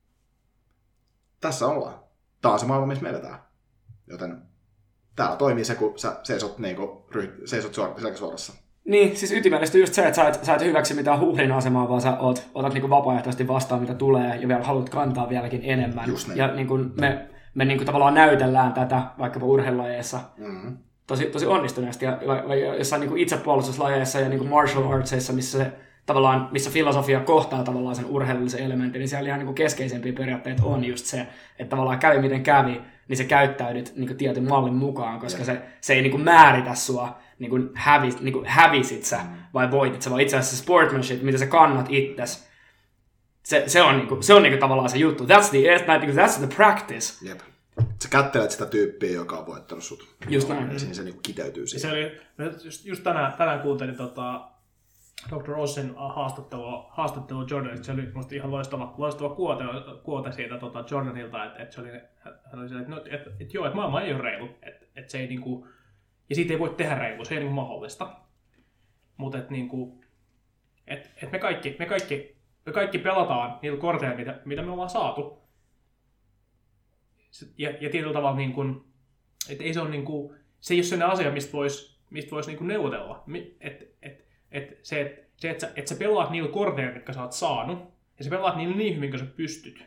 Speaker 2: tässä ollaan. Tämä on se maailma, missä me eletään. Joten täällä toimii se, kun sä seisot, niin kuin, seisot suor- selkäsuorassa.
Speaker 3: Niin, siis ytimellisesti just se, että sä et, sä et hyväksy mitään uhrin asemaa, vaan sä oot, otat niin kuin vapaaehtoisesti vastaan, mitä tulee, ja vielä haluat kantaa vieläkin enemmän. Ja niin kuin me, me niin kuin tavallaan näytellään tätä vaikkapa urheilulajeissa mm-hmm. tosi, tosi onnistuneesti. Ja, ja jossain niin kuin itsepuolustuslajeissa ja niin kuin martial artsissa, missä, se, tavallaan, missä filosofia kohtaa tavallaan sen urheilullisen elementin, niin siellä ihan niin kuin keskeisempiä periaatteita on just se, että tavallaan kävi miten kävi, niin sä käyttäydyt niin kuin tietyn mallin mukaan, koska se, se ei niin kuin määritä sua, niin kuin hävis, niin kuin hävisit sä vai voitit sä, vaan itse asiassa sportsmanship, mitä sä kannat itses, se, se on, niin kuin, se on niin kuin tavallaan se juttu. That's the, that's the practice.
Speaker 2: Jep. Sä kättelet sitä tyyppiä, joka on voittanut sut.
Speaker 3: Just näin.
Speaker 2: Ja siinä se niin kuin kiteytyy siihen.
Speaker 4: Se oli, just, just tänään, tänään kuuntelin tota, doktor Ossin haastattelua, haastattelua Jordanista. Se oli musta ihan loistava, loistava kuote, kuote siitä tota Jordanilta, että et se oli, hän oli se, että no, et, et, joo, että maailma ei ole reilu, että et se ei niinku, ja siitä ei voi tehdä reilu, se ei niinku mahdollista. Mutta että niinku, et, et me, kaikki, me, kaikki, me kaikki pelataan niillä korteilla, mitä, mitä me ollaan saatu. Ja, ja tietyllä tavalla, niin kuin, että ei se, ole, niin kuin, se ei ole sellainen asia, mistä voisi mistä vois, niin kuin neuvotella. Et, et, et, se, et, se että sä, et sä pelaat niillä korteilla, jotka sä oot saanut, ja sä pelaat niillä niin hyvin, kun sä pystyt.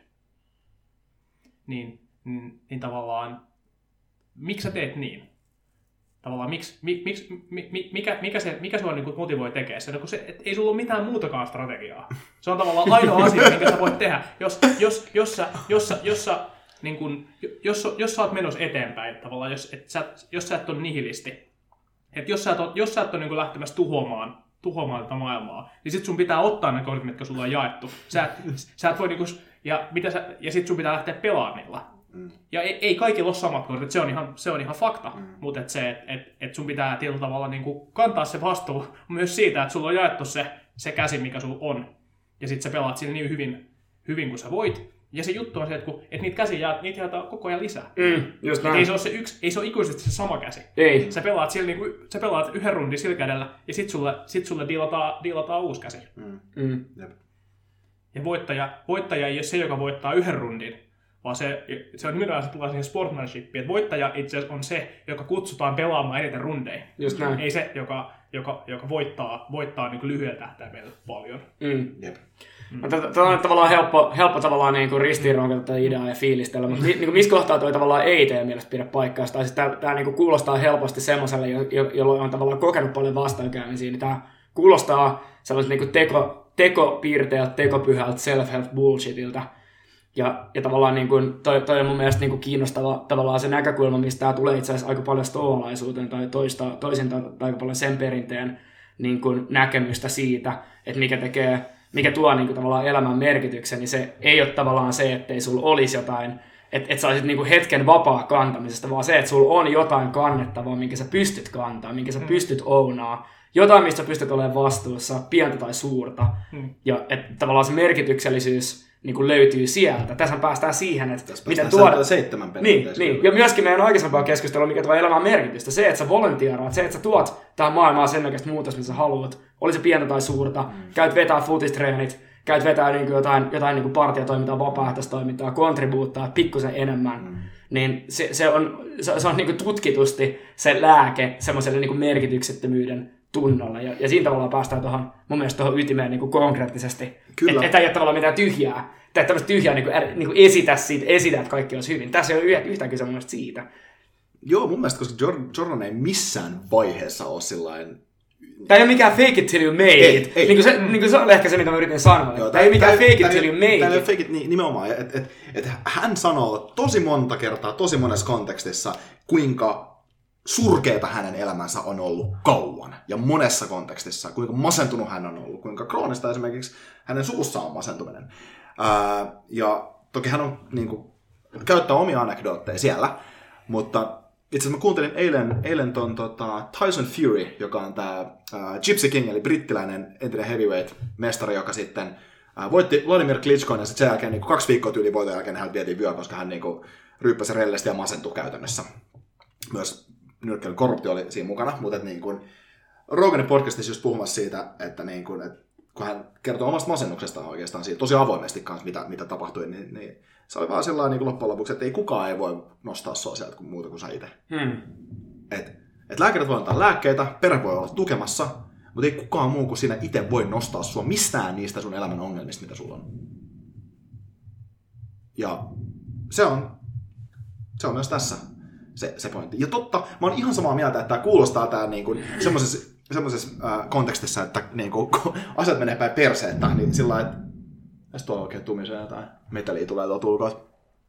Speaker 4: Niin, niin, niin tavallaan, miksi sä teet niin? Tavallaan, miksi, mik, mik, mikä, mikä, se, mikä sua niin kuin motivoi tekemään sen? No, se, et ei sulla ole mitään muutakaan strategiaa. Se on tavallaan ainoa asia, minkä sä voit tehdä. Jos, jos, jos sä, jos sä, jos sä, niin kuin, jos, jos sä oot menossa eteenpäin, tavallaan, jos, et sä, jos sä et ole nihilisti, että jos sä et ole, jos sä et ole niin kuin lähtemässä tuhoamaan, tuhoamaan tätä maailmaa, niin sit sun pitää ottaa ne kortit, mitkä sulla on jaettu. Sä et, sä et voi niinku, ja, mitä sä, ja sit sun pitää lähteä pelaamaan niillä. Mm. Ja ei, ei kaikilla ole samat kortit, se on ihan, se on ihan fakta. Mm. Mutta et se, että et, et sun pitää tietyllä tavalla niinku kantaa se vastuu myös siitä, että sulla on jaettu se, se käsi, mikä sulla on. Ja sit sä pelaat sillä niin hyvin, hyvin kuin sä voit. Ja se juttu on se, että, kun, että niitä käsiä jää, niitä jaetaan koko ajan lisää.
Speaker 3: Mm, just näin.
Speaker 4: Ei se ole se yksi, ei se ole ikuisesti se sama käsi.
Speaker 3: Ei.
Speaker 4: Sä pelaat, sillä, niin kuin, sä pelaat yhden rundin sillä kädellä, ja sit sulle, sit sulle diilataan, diilataan uusi käsi.
Speaker 2: Mm.
Speaker 3: Mm.
Speaker 4: Ja voittaja, voittaja ei ole se, joka voittaa yhden rundin, vaan se, se on nimenomaan, se tulee siihen sportsmanshipiin, että voittaja itse asiassa on se, joka kutsutaan pelaamaan eniten rundeja.
Speaker 3: Just näin.
Speaker 4: Ei se, joka, joka, joka voittaa, voittaa niin kuin lyhyellä tähtäimellä paljon.
Speaker 3: Mm. Jep. Mm. Tämä on tavallaan helppo, helppo tavallaan niin ristiinronkata tätä ideaa ja fiilistellä, mutta niin kuin, missä kohtaa toi tavallaan ei tee mielestä pidä paikkaa. Tai siis tämä, tämä niin kuin kuulostaa helposti semmoiselle, jolloin on tavallaan kokenut paljon vastoinkäymisiä, niin tämä kuulostaa sellaiset niin teko, tekopiirteeltä, tekopyhältä, self-help bullshitilta. Ja, ja tavallaan niin kuin, toi, toi on mun mielestä niin kuin kiinnostava tavallaan se näkökulma, mistä tämä tulee itse asiassa aika paljon stoalaisuuteen tai toista, toisinta tai aika paljon sen perinteen niin kuin näkemystä siitä, että mikä tekee mikä tuo niin kuin, tavallaan elämän merkityksen, niin se ei ole tavallaan se, ettei sulla olisi jotain, että et sä olisit niin kuin hetken vapaa kantamisesta, vaan se, että sulla on jotain kannettavaa, minkä sä pystyt kantaa, minkä sä mm. pystyt ounaa, jotain, mistä sä pystyt olemaan vastuussa, pientä tai suurta, mm. ja että tavallaan se merkityksellisyys niin kuin löytyy sieltä. Tässä päästään siihen, että
Speaker 2: tässä
Speaker 3: miten
Speaker 2: tuoda seitsemän
Speaker 3: niin, niin. Ja myöskin meidän aikaisempaa keskustelua, mikä tuo elämän merkitystä. Se, että sä volunteeraat, se, että sä tuot tähän maailmaan sen näköistä muutosta, mitä sä haluat. Oli se pientä tai suurta. Mm. Käyt vetää futistreenit, käyt vetää niin kuin jotain, jotain niin kuin partiatoimintaa, vapaaehtoistoimintaa, kontribuuttaa pikkusen enemmän. Mm. Niin se, se on, se, se on niin kuin tutkitusti se lääke semmoiselle niin kuin merkityksettömyyden tunnolla. Ja, ja siinä tavallaan päästään tuohon, mun mielestä tuohon ytimeen niin kuin konkreettisesti. Että et ei ole tavallaan mitään tyhjää. Tai tämmöistä tyhjää niin kuin, niin kuin esitä siitä, esitä, että kaikki olisi hyvin. Tässä ei ole yhtään kyse mun mielestä siitä.
Speaker 2: Joo, mun mielestä, koska Jordan ei missään vaiheessa ole sillain...
Speaker 3: Tämä ei ole mikään fake it till you made
Speaker 2: ei,
Speaker 3: it.
Speaker 2: Ei.
Speaker 3: Niin kuin se, niin kuin se oli ehkä se, mitä mä yritin sanoa. Joo, tämä ei ole mikään fake it till you made it.
Speaker 2: Tämä ei ole fake it nimenomaan. Että et, et hän sanoo tosi monta kertaa, tosi monessa kontekstissa, kuinka surkeata hänen elämänsä on ollut kauan. Ja monessa kontekstissa, kuinka masentunut hän on ollut. Kuinka kroonista esimerkiksi hänen suvussa on masentuminen. Ää, ja toki hän on niin kuin, käyttää omia anekdootteja siellä, mutta itse asiassa mä kuuntelin eilen, eilen ton tota, Tyson Fury, joka on tää ää, Gypsy King, eli brittiläinen entinen heavyweight-mestari, joka sitten ää, voitti Vladimir Klitschkon, ja sitten sen jälkeen niin kaksi viikkoa tyyli voiton jälkeen hän vietiin vyö, koska hän niin ryyppäsi rellesti ja masentui käytännössä. Myös nyrkkeilyn korruptio oli siinä mukana, mutta et, niin kuin, Roganin podcastissa just puhumassa siitä, että niin kuin, et, kun hän kertoi omasta masennuksestaan oikeastaan siitä tosi avoimesti kanssa, mitä, mitä tapahtui, niin, niin se oli vaan sellainen niin loppujen lopuksi, että ei kukaan ei voi nostaa sua sieltä kuin muuta kuin sä itse. Hmm. Et, et lääkärit voi antaa lääkkeitä, perhe voi olla tukemassa, mutta ei kukaan muu kuin sinä itse voi nostaa sua mistään niistä sun elämän ongelmista, mitä sulla on. Ja se on, se on myös tässä se, se pointti. Ja totta, mä oon ihan samaa mieltä, että tämä kuulostaa tää niin kuin semmoisessa semmoisessa äh, kontekstissa, että niin kuin, kun asiat menee päin perseettä, niin sillä lailla, että jos tuolla oikein tumisee jotain metallia tulee tuolta ulkoa.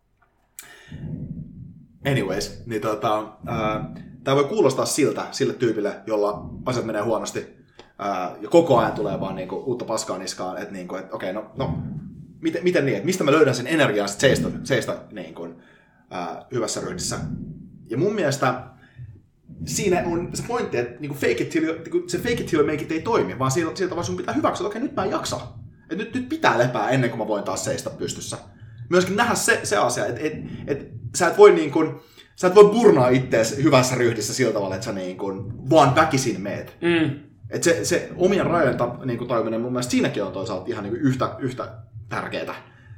Speaker 2: Anyways, niin tota, äh, tämä voi kuulostaa siltä, sille tyypille, jolla asiat menee huonosti, äh, ja koko ajan tulee vaan niin kuin, uutta paskaa niskaan, että, niin kuin, että okei, okay, no, no miten, miten niin, että mistä mä löydän sen energiaa seistä, seistä niin kuin, äh, hyvässä ryhdissä. Ja mun mielestä siinä on se pointti, että niinku fake it till you, se fake it till you make it ei toimi, vaan sieltä vaan sun pitää hyväksyä, että okei, nyt mä en jaksa. Et nyt, nyt pitää lepää ennen kuin mä voin taas seistä pystyssä. Myöskin nähdä se, se asia, että et, et, sä et voi niin kuin, sä et voi burnaa ittees hyvässä ryhdissä sillä tavalla, että sä niin kuin vaan väkisin meet. Mm. Et se, se omien rajojen niin toiminen mun mielestä siinäkin on toisaalta ihan niin yhtä, yhtä tärkeää.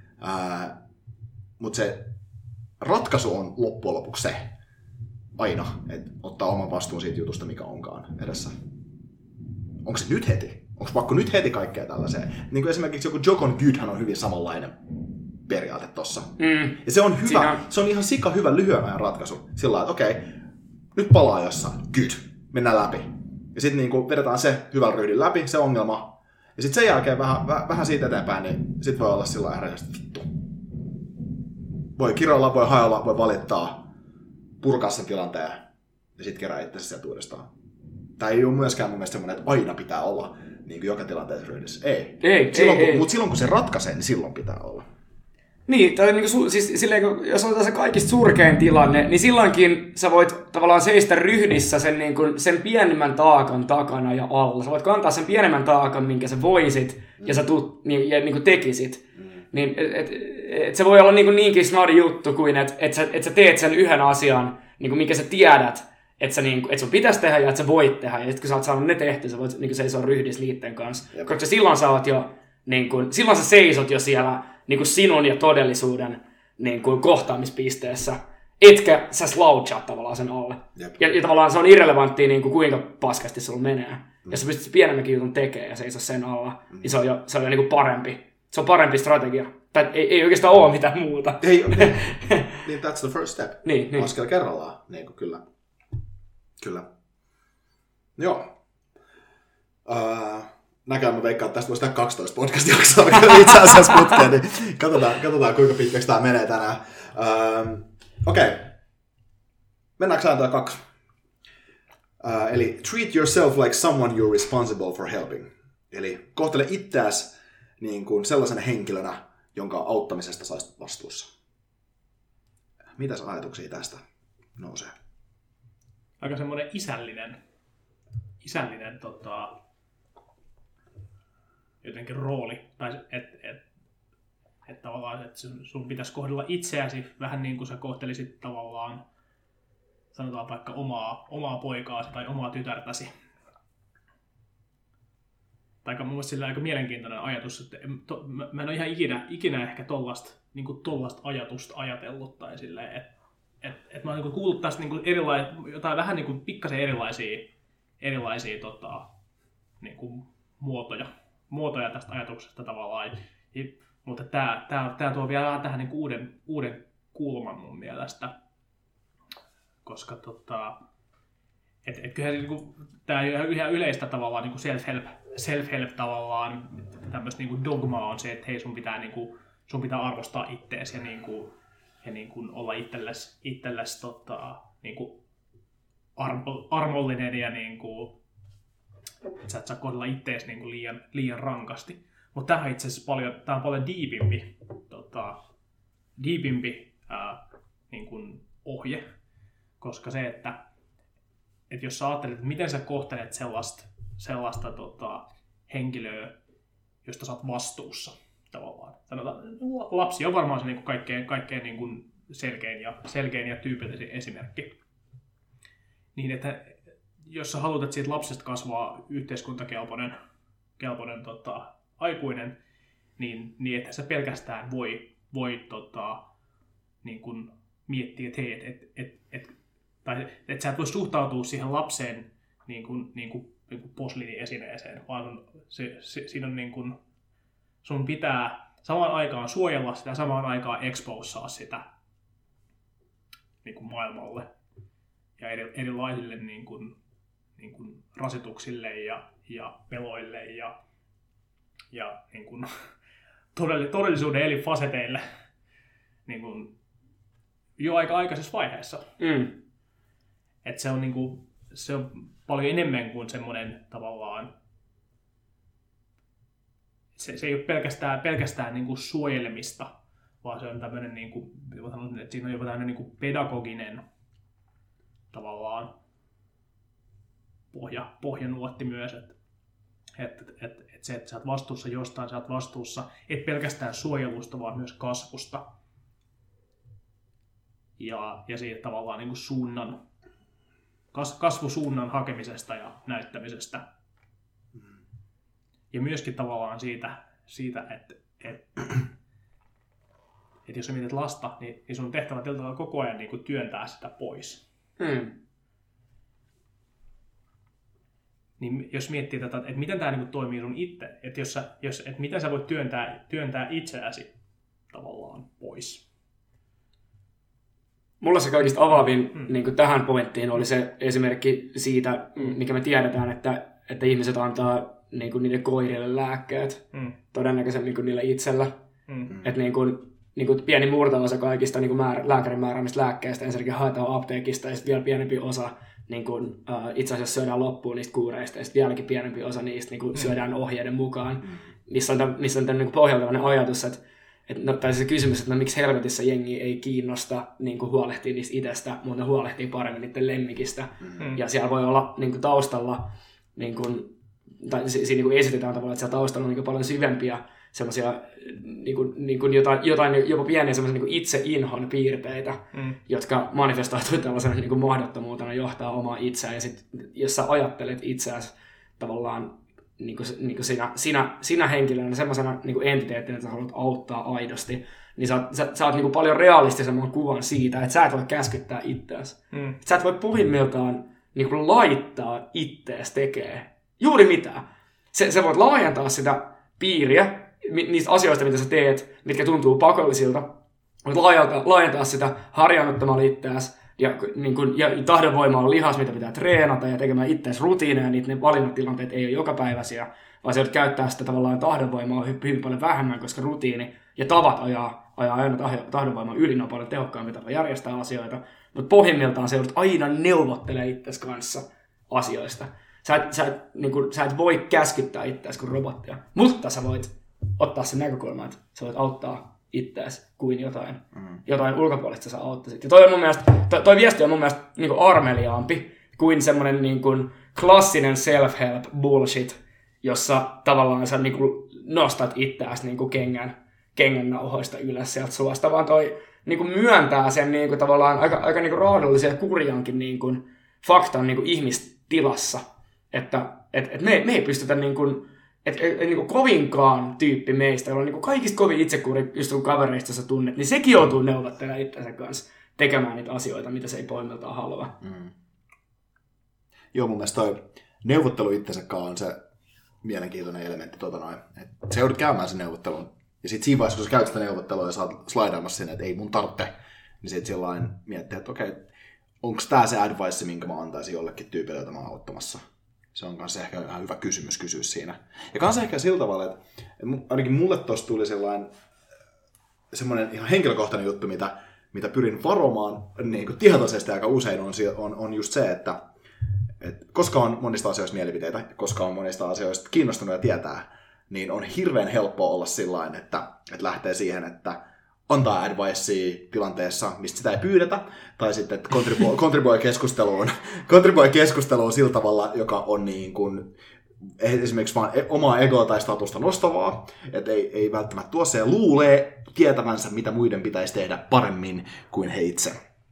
Speaker 2: Mutta se ratkaisu on loppujen lopuksi se aina, että ottaa oman vastuun siitä jutusta, mikä onkaan edessä. Onko se nyt heti? Onko pakko nyt heti kaikkea tällaiseen? Niin kuin esimerkiksi joku Jokon Goodhan on hyvin samanlainen periaate tossa.
Speaker 3: Mm.
Speaker 2: Ja se on hyvä,
Speaker 3: Siinä...
Speaker 2: se on ihan sika hyvä lyhyen ajan ratkaisu. Sillä lailla, että okei, nyt palaa jossain, good, mennään läpi. Ja sitten niinku vedetään se hyvällä ryhdin läpi, se ongelma. Ja sitten sen jälkeen vähän, väh, vähän siitä eteenpäin, niin sitten voi olla sillä lailla että vittu. Voi kiroilla, voi hajolla, voi valittaa, purkaa sen tilanteen ja sitten kerää itsensä sieltä uudestaan. Tämä ei ole myöskään mun mielestä semmoinen, että aina pitää olla niin kuin joka tilanteessa ryhdissä. Ei.
Speaker 3: ei,
Speaker 2: silloin,
Speaker 3: ei,
Speaker 2: kun,
Speaker 3: ei.
Speaker 2: Mutta silloin kun se ratkaisee, niin silloin pitää olla.
Speaker 3: Niin, tai niin kuin, siis, silleen, jos otetaan se kaikista surkein tilanne, niin silloinkin sä voit tavallaan seistä ryhdissä sen, niin kuin, sen pienemmän taakan takana ja alla. Sä voit kantaa sen pienemmän taakan, minkä sä voisit, mm. ja sä tuut, niin, ja, niin kuin tekisit. Mm. Niin, et, et, et se voi olla niin kuin niinkin snadi juttu kuin, että et sä, et sä teet sen yhden asian, niin kuin minkä sä tiedät, että niin, et sun pitäisi tehdä ja että sä voit tehdä. Ja sitten kun sä oot saanut ne tehty, sä voit niin seisoa ryhdissä liitteen kanssa. Jep. Koska silloin sä oot jo, niin kuin, silloin sä seisot jo siellä niin kuin sinun ja todellisuuden niin kuin kohtaamispisteessä, etkä sä slouchaa tavallaan sen alle. Ja, ja tavallaan se on irrelevanttia, niin kuin kuinka paskasti sulla menee. Mm. Jos sä pystyt pienemmänkin jutun tekemään ja seisot sen alla, mm. niin se on jo, se on jo niin kuin parempi. Se on parempi strategia. Tai ei, ei oikeastaan ole mitään muuta.
Speaker 2: Ei, niin, niin that's the first step.
Speaker 3: Niin, niin.
Speaker 2: Askel kerrallaan, niin kuin kyllä. Kyllä. Joo. Uh, näköjään mä veikkaan, että tästä voisi tehdä kaksitoista podcast-jaksoa itse asiassa putkeen, niin katsotaan, katsotaan kuinka pitkäksi tämä menee tänään. Uh, Okei. Okay. Mennäänkö sääntöä kaksi? Uh, eli treat yourself like someone you're responsible for helping. Eli kohtele itseäsi niin kuin sellaisena henkilönä, jonka auttamisesta saisit vastuussa. Mitäs ajatuksia tästä nousee?
Speaker 4: Aika semmoinen isällinen, isällinen tota, jotenkin rooli. Tai että et, et tavallaan et sun, sun pitäisi kohdella itseäsi vähän niin kuin sä kohtelisit tavallaan, sanotaan vaikka omaa, omaa poikaasi tai omaa tytärtäsi. Tai mun mielestä sillä aika mielenkiintoinen ajatus, että to, mä, mä en ole ihan ikinä, ikinä ehkä tollasta, niin kuin tollasta ajatusta ajatellut tai silleen, että et, et mä oon niin kuullut tästä niin erilais, jotain vähän niin kuin pikkasen erilaisia, erilaisia tota, niin kuin muotoja, muotoja tästä ajatuksesta tavallaan, ja, mutta tää, tää, tää tuo vielä vähän tähän niin kuin uuden, uuden kulman mun mielestä, koska tota, et, et kyllä niinku, tää ihan yleistä tavallaan niinku self-help, self-help tavallaan tämmöistä niinku dogmaa on se, että hei sun pitää niinku, sun pitää arvostaa itteesi ja niinku ja niinku olla itsellesi itsellesi tota niinku armo, armollinen ja niinku että sä et saa kohdella itteesi niinku liian liian rankasti. Mutta tää on itse asiassa paljon tää on paljon deepimpi tota deepimpi ää, niinku ohje, koska se että että jos sä ajattelet, että miten sä kohtelet sellaista, sellaista tota, henkilöä, josta sä oot vastuussa tavallaan. Sanotaan, lapsi on varmaan se niin kuin kaikkein, kaikkein niin kuin selkein, ja, selkein ja tyypillisin esimerkki. Niin, että jos sä haluat, että siitä lapsesta kasvaa yhteiskuntakelpoinen kelpoinen, tota, aikuinen, niin, niin että sä pelkästään voi, voi tota, niin kuin miettiä, että hei, et, et, et, et, tai että sä et voi suhtautua siihen lapseen niin kuin, niin kuin, niin kuin posliiniesineeseen, vaan se, se, siinä on niin kuin, sun pitää samaan aikaan suojella sitä, samaan aikaan exposaa sitä niin kuin maailmalle ja eri, erilaisille niin kuin, niin kuin rasituksille ja, ja peloille ja, ja niin kuin, todellisuuden eli faseteille niin kuin, jo aika aikaisessa vaiheessa.
Speaker 3: Mm.
Speaker 4: Että se on niinku se on paljon enemmän kuin semmoinen tavallaan se, se ei ole pelkästään pelkästään niinku suojelemista, vaan se on tämmöinen niinku että siinä on jopa tämmöinen niinku pedagoginen tavallaan pohja pohjanuotti myös, että et, et, et, et se että sä oot vastuussa jostain, sä oot vastuussa et pelkästään suojelusta, vaan myös kasvusta. Ja ja siitä tavallaan niinku suunnan kasvusuunnan hakemisesta ja näyttämisestä. ja myöskin tavallaan siitä, siitä että et, et jos sä mietit lasta, niin, niin sun on tehtävä tietyllä koko ajan niin kuin työntää sitä pois.
Speaker 3: Mm.
Speaker 4: Niin jos miettii tätä, että miten tämä niin toimii sun itse, että, jos sä, jos, että miten sä voit työntää, työntää itseäsi tavallaan pois.
Speaker 3: Mulla se kaikista avaavin
Speaker 4: Mm.
Speaker 3: niin kuin tähän pointtiin oli se esimerkki siitä, mikä me tiedetään, että, että ihmiset antaa niin kuin niille koirille lääkkeet,
Speaker 4: Mm.
Speaker 3: todennäköisemmin kuin niille itsellä.
Speaker 4: Mm.
Speaker 3: Että niin kuin, niin kuin pieni murto-osa kaikista niin kuin määr, lääkärin määräämistä lääkkeistä ensinnäkin haetaan apteekista ja sitten vielä pienempi osa niin kuin, uh, itse asiassa syödään loppuun niistä kuureista ja sitten vieläkin pienempi osa niistä niin kuin mm. syödään ohjeiden mukaan. Mm. Niissä on tämän, niissä on tämän niin kuin pohjaltavainen ajatus, että, että no, tai se kysymys, että no, miksi helvetissä jengi ei kiinnosta niin kuin huolehtia niistä itsestä, mutta ne huolehtii paremmin niiden lemmikistä. Mm. Ja siellä voi olla niin kuin taustalla, niin kuin, tai siinä niin kuin esitetään tavallaan, että siellä taustalla on niin kuin paljon syvempiä semmoisia niin kuin, niin kuin jotain, jotain jopa pieniä semmoisia niin itse-inhon piirteitä, mm. jotka manifestoituu tällaisena niin kuin mahdottomuutena johtaa omaa itseään. Ja sit, jos sä ajattelet itseäsi tavallaan niin kuin, niin kuin sinä, sinä, sinä henkilönä, semmoisena niin kuin entiteettinä, että sä haluat auttaa aidosti, niin sä, sä, sä oot niin kuin paljon realistisemman kuvan siitä, että sä et voi käskyttää itseäsi. Mm. Sä et voi pohjimmiltaan niin kuin laittaa ittees tekee juuri mitään. Se, sä voit laajentaa sitä piiriä, niistä asioista, mitä sä teet, mitkä tuntuu pakollisilta, voit laajentaa, laajentaa sitä harjaannuttamalla itseäsi, ja, niin kun, ja tahdonvoima on lihas, mitä pitää treenata, ja tekemään itseäsi rutiineja, niin ne valinnatilanteet ei ole jokapäiväisiä, vaan sä voit käyttää sitä tavallaan tahdonvoimaa hyvin, hyvin paljon vähemmän, koska rutiini ja tavat ajaa, ajaa aina tahdonvoimaa yli, ne on paljon tehokkaampi tapa järjestää asioita, mutta pohjimmiltaan sä joudut aina neuvottelemaan itsesi kanssa asioista. Sä et, sä et, niin kun, sä et voi käskyttää itseäsi kuin robottia, mutta sä voit ottaa sen näkökulman, että sä voit auttaa itseäsi kuin jotain, mm. jotain ulkopuolista sä auttaisit. Ja toi, on mun mielestä, toi, toi viesti on mun mielestä niin kuin armeliaampi kuin semmoinen niin kuin klassinen self-help bullshit, jossa tavallaan sä niin kuin nostat itseäsi niin kuin kengän, kengän nauhoista ylös sieltä suosta, vaan toi niin kuin myöntää sen niin kuin tavallaan aika, aika niin kuin raadollisen ja kurjankin niin kuin faktan niin kuin ihmistilassa, että et, et me, me ei pystytä niin kuin että et, et, niin kovinkaan tyyppi meistä, jolla on niin kaikista kovin itsekuri, just kun kavereista sä tunnet, niin sekin joutuu neuvottelemaan itsensä kanssa tekemään niitä asioita, mitä se ei pohjimmiltaan halua. Mm.
Speaker 2: Joo, mun mielestä toi neuvottelu itsensä kanssa on se mielenkiintoinen elementti. Tota noin. Et sä joudut käymään sen neuvottelun. Ja sit siinä vaiheessa, kun sä käyt sitä neuvottelua ja sä oot slaidaamassa sinne, että ei mun tarvitse, niin sit sillain miettii, että okei, onko tää se advice, minkä mä antaisin jollekin tyypille, jota mä oon auttamassa. Se on kanssa ehkä ihan hyvä kysymys kysyä siinä. Ja kanssa ehkä sillä tavalla, että ainakin mulle tossa tuli sellainen semmoinen ihan henkilökohtainen juttu, mitä, mitä pyrin varomaan niin kuin tietoisesti aika usein on, on, on just se, että, että koska on monista asioista mielipiteitä, koska on monista asioista kiinnostunut ja tietää, niin on hirveän helppoa olla sillain, että, että lähtee siihen, että antaa advicea tilanteessa, mistä sitä ei pyydetä, tai sitten että kontribuoi, kontribuoi keskusteluun, kontribuoi keskusteluun sillä tavalla, joka on niin kuin esimerkiksi vaan omaa egoa tai statusta nostavaa, että ei, ei välttämättä tuo se ja luulee tietävänsä, mitä muiden pitäisi tehdä paremmin kuin he itse.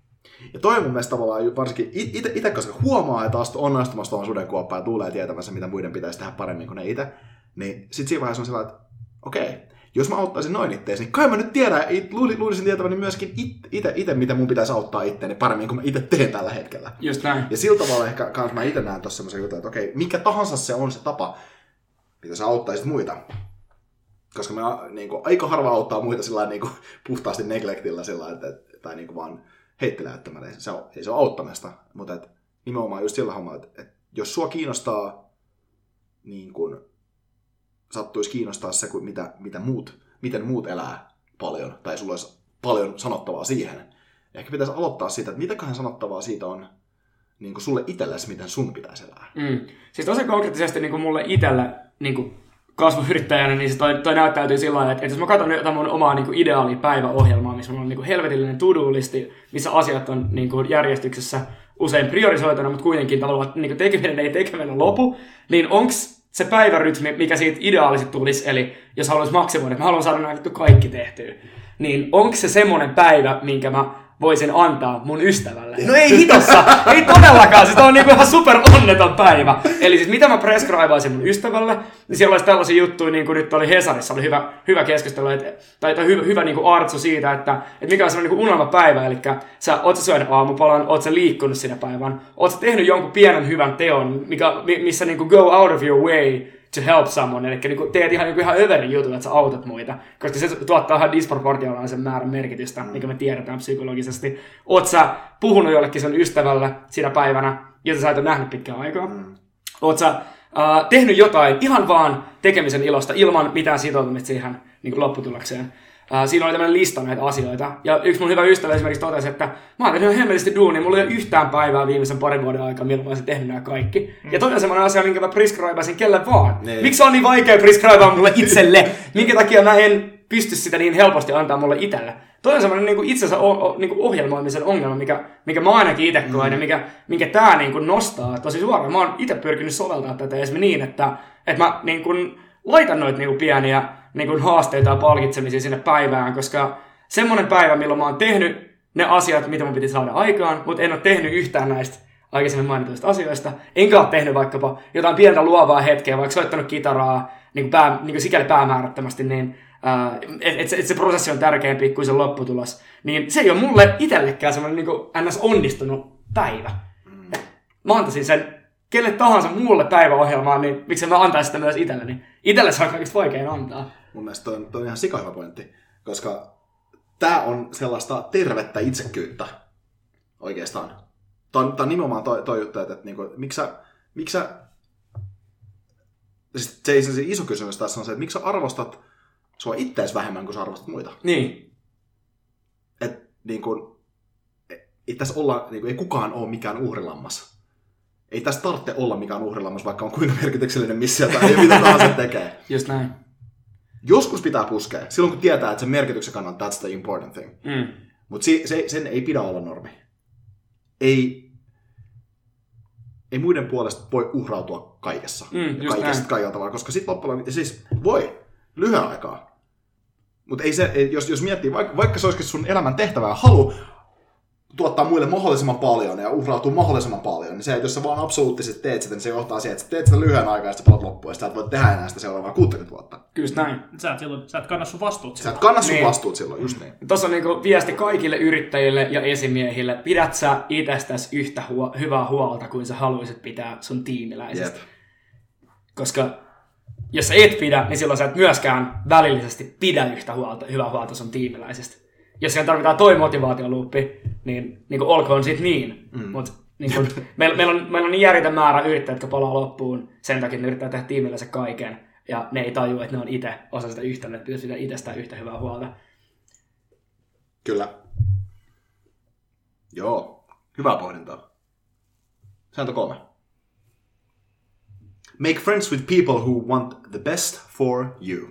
Speaker 2: Ja toi mun mielestä tavallaan varsinkin itse, koska huomaa, että on astumassa tuohon sudenkuoppaan ja luulee tietävänsä, mitä muiden pitäisi tehdä paremmin kuin ne itse, niin sit siinä vaiheessa on sellainen, että okei, okay, jos mä auttaisin noin itteesi, niin kai mä nyt tiedän, luulisin tietäväni myöskin itse, miten mun pitäisi auttaa itteeni paremmin kuin mä itse teen tällä hetkellä.
Speaker 3: Just näin.
Speaker 2: Ja sillä tavalla ehkä kans mä itse näen tossa semmoisen jutun, että okei, mikä tahansa se on se tapa, mitä sä auttaisit muita. Koska mä niin kuin, aika harva auttaa muita sillä niin kuin, puhtaasti neglectillä sillä että, tai niin kuin vaan heitteläyttämällä. Se on, ei se ole auttamista, mutta et, nimenomaan just sillä hommalla, että, että jos sua kiinnostaa niin kuin, sattuisi kiinnostaa se, mitä, mitä muut, miten muut elää paljon, tai sulla olisi paljon sanottavaa siihen. Ehkä pitäisi aloittaa siitä, että mitäköhän sanottavaa siitä on niin kuin sulle itsellesi, miten sun pitäisi elää.
Speaker 3: Mm. Siis tosi konkreettisesti niin kuin mulle itselle niin kuin kasvuyrittäjänä, niin se toi, toi näyttäytyy sillä lailla, että, että jos mä katson jotain mun omaa niin kuin ideaalia päiväohjelmaa, missä mulla on niin kuin helvetillinen to-do-listi, missä asiat on niin kuin järjestyksessä usein priorisoituna, mutta kuitenkin tavallaan niin kuin tekeminen ei tekeminen lopu, niin onks se päivärytmi, mikä siitä ideaalisesti tulisi, eli jos haluaisi maksimoida, että mä haluan saada näin kaikki tehtyä, niin onko se semmoinen päivä, minkä mä voisin antaa mun ystävälle. No ei hitossa, ei todellakaan, siis on niinku ihan super onneton päivä. Eli siis mitä mä prescribaisin mun ystävälle, niin siellä olisi tällaisia juttuja, niin kuin nyt oli Hesarissa, oli hyvä, hyvä keskustelu, että, tai, tai hyvä, hyvä niin kuin artsu siitä, että, että mikä on semmoinen niin unelmapäivä, eli sä oot sä syönyt aamupalan, oot sä liikkunut sinä päivän, oot sä tehnyt jonkun pienen hyvän teon, mikä, missä niin kuin go out of your way to help someone, eli niin teet ihan, niin ihan överin jutun, että sä autat muita, koska se tuottaa ihan disproportionaalisen määrän merkitystä, mikä me tiedetään psykologisesti. Oot sä puhunut jollekin sun ystävälle siinä päivänä, jota sä et ole nähnyt pitkään aikaa. Mm. Oot sä uh, tehnyt jotain ihan vaan tekemisen ilosta, ilman mitään sitoutumista siihen niin lopputulokseen. Uh, siinä oli tämmöinen lista näitä asioita. Ja yksi mun hyvä ystävä esimerkiksi totesi, että mä oon tehnyt ihan hemmellisesti duunia, mulla ei ole yhtään päivää viimeisen parin vuoden aikaa, milloin mä olisin tehnyt nämä kaikki. Mm. Ja toi on semmoinen asia, minkä mä prescribasin kelle vaan. Ne. Miksi on niin vaikea prescribaa mulle itselle? Minkä takia mä en pysty sitä niin helposti antaa mulle itselle? Toi on semmoinen niin itsensä o- niin ohjelmoimisen ongelma, mikä, mikä mä ainakin itse koen mm. ja mikä, minkä tää niin nostaa tosi suoraan. Mä oon itse pyrkinyt soveltaa tätä esimerkiksi niin, että, että mä niin kuin laitan noita niin kuin pieniä niin kuin haasteita ja palkitsemisia sinne päivään, koska semmoinen päivä, milloin mä oon tehnyt ne asiat, mitä mun piti saada aikaan, mutta en ole tehnyt yhtään näistä aikaisemmin mainituista asioista, enkä ole tehnyt vaikkapa jotain pientä luovaa hetkeä, vaikka soittanut kitaraa niin kuin pää, niin kuin sikäli päämäärättömästi, niin että et se, et se prosessi on tärkeämpi kuin se lopputulos, niin se ei ole mulle itsellekään semmoinen niin kuin ns. Onnistunut päivä. Mm. Mä antaisin sen kelle tahansa muulle päiväohjelmaan, niin miksi mä antaisin sitä myös itselleni? Itselle se on kaikista vaikein antaa.
Speaker 2: Mun mielestä toi on, toi on ihan sikahyvä pointti, koska tää on sellaista tervettä itsekyyttä oikeastaan. Tää on, tää on nimenomaan toi, toi juttu, että, että niinku, miksi sä, miksi sä siis se, se iso kysymys tässä on se, että miksi sä arvostat sua ittees vähemmän kuin sä arvostat muita.
Speaker 3: Niin.
Speaker 2: Et niinku, ei tässä olla, niinku, ei kukaan ole mikään uhrilammas. Ei tässä tarvitse olla mikään uhrilammas, vaikka on kuinka merkityksellinen missio tai mitä tahansa tekee.
Speaker 3: Just näin.
Speaker 2: Joskus pitää puskea, silloin kun tietää, että sen merkityksen kannalta that's the important thing. Mm. Mutta se, se, sen ei pidä olla normi. Ei, ei muiden puolesta voi uhrautua kaikessa. Mm, kaikesta kaikilla tavalla, koska sitten loppujen siis voi lyhyen aikaa. Mutta ei se, jos, jos miettii, vaikka, vaikka se olisikin sun elämän tehtävä ja halu tuottaa muille mahdollisimman paljon ja uhrautua mahdollisimman paljon, niin se, että jos sä vaan absoluuttisesti teet sitä, niin se johtaa siihen, että sä teet sitä lyhyen aikaa ja sitten palat loppuun ja sä et voi tehdä enää sitä seuraavaa kuusikymmentä vuotta.
Speaker 3: Kyllä näin.
Speaker 4: Sä et, silloin, sä et kanna sun vastuut silloin.
Speaker 2: Sä et kanna sun niin. vastuut silloin, just niin.
Speaker 3: Tuossa on niinku viesti kaikille yrittäjille ja esimiehille. Pidät sä itsestäsi yhtä huo- hyvää huolta kuin sä haluaisit pitää sun tiimiläisestä. Yep. Koska jos sä et pidä, niin silloin sä et myöskään välillisesti pidä yhtä huolta, hyvää huolta sun tiimiläisestä. Jos siellä tarvitaan toi motivaatioluuppi, niin, niin olkoon sit niin. Mm. Mut, niin kun, meillä, meillä, on, meillä on niin järjetön määrä yrittäjät, jotka palaa loppuun sen takia, että ne yrittää tehdä tiimillänsä kaiken. Ja ne ei tajua, että ne on itse osa sitä yhtälöä, että pitäisi pitää itsestään yhtä hyvää huolta.
Speaker 2: Kyllä. Joo, hyvää pohdintaa. Sääntö kolme. Make friends with people who want the best for you.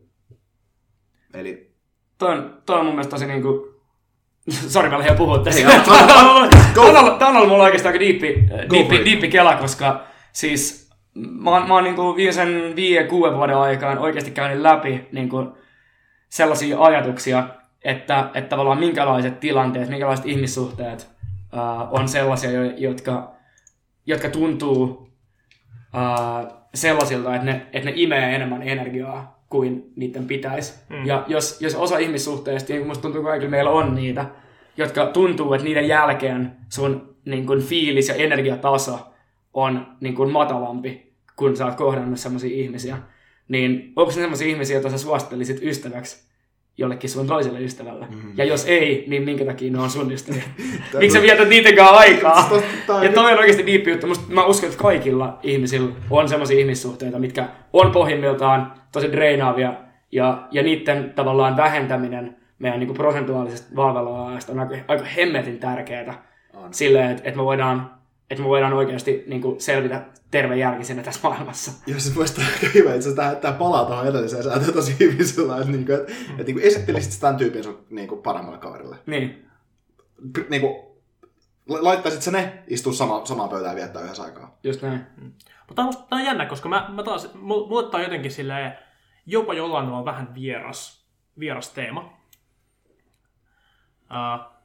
Speaker 2: Eli
Speaker 3: Toi on, toi on mun mielestä tosi niinku... Sori, mä lähdin puhua tästä. Tämä on, on ollut mulla oikeastaan aika diippi, diippi, diippi kela, koska siis mä oon, mä oon niinku viimeisen viiden, kuuden vuoden aikaan oikeasti käynyt läpi niinku sellaisia ajatuksia, että, että tavallaan minkälaiset tilanteet, minkälaiset ihmissuhteet uh, on sellaisia, jotka, jotka tuntuu uh, sellaisilta, että ne, että ne imee enemmän energiaa kuin niiden pitäisi. Mm. Ja jos, jos osa ihmissuhteista, niin kuin musta tuntuu kaikilla meillä on niitä, jotka tuntuu, että niiden jälkeen sun niin kuin fiilis ja energiataso on niin kuin matalampi, kun sä oot kohdannut sellaisia ihmisiä, niin onko se sellaisia ihmisiä, joita sä suosittelisit ystäväksi jollekin sun toiselle ystävälle? Mm. Ja jos ei, niin minkä takia ne on sun ystäviä? Miksi sä vietät niitäkään aikaa? Ja toi on oikeasti diippi juttu. Musta, mä uskon, että kaikilla ihmisillä on sellaisia ihmissuhteita, mitkä on pohjimmiltaan tosi dreinaavia, ja, ja niiden tavallaan vähentäminen meidän niin kuin prosentuaalisesta valveluajasta on aika, aika hemmetin tärkeää silleen, että, että, me voidaan, että me voidaan oikeasti niin kuin selvitä tervejärkisenä tässä maailmassa.
Speaker 2: Joo, se muista aika hyvä, että tämä, tämä palaa tuohon edelliseen säätöön tosi hyvin sillä, että, niin kuin, että, että niin kuin esittelisit tämän tyypin sun niin kuin paremmalle kaverille.
Speaker 3: Niin.
Speaker 2: Niin kuin, laittaisit sä ne istua sama, samaan pöytään ja viettää yhdessä aikaa.
Speaker 3: Just näin.
Speaker 4: Mm. Mutta tämä on jännä, koska mä, mä taas, mulle tämä on jotenkin silleen, jopa jollain tavalla vähän vieras, vieras teema. Uh,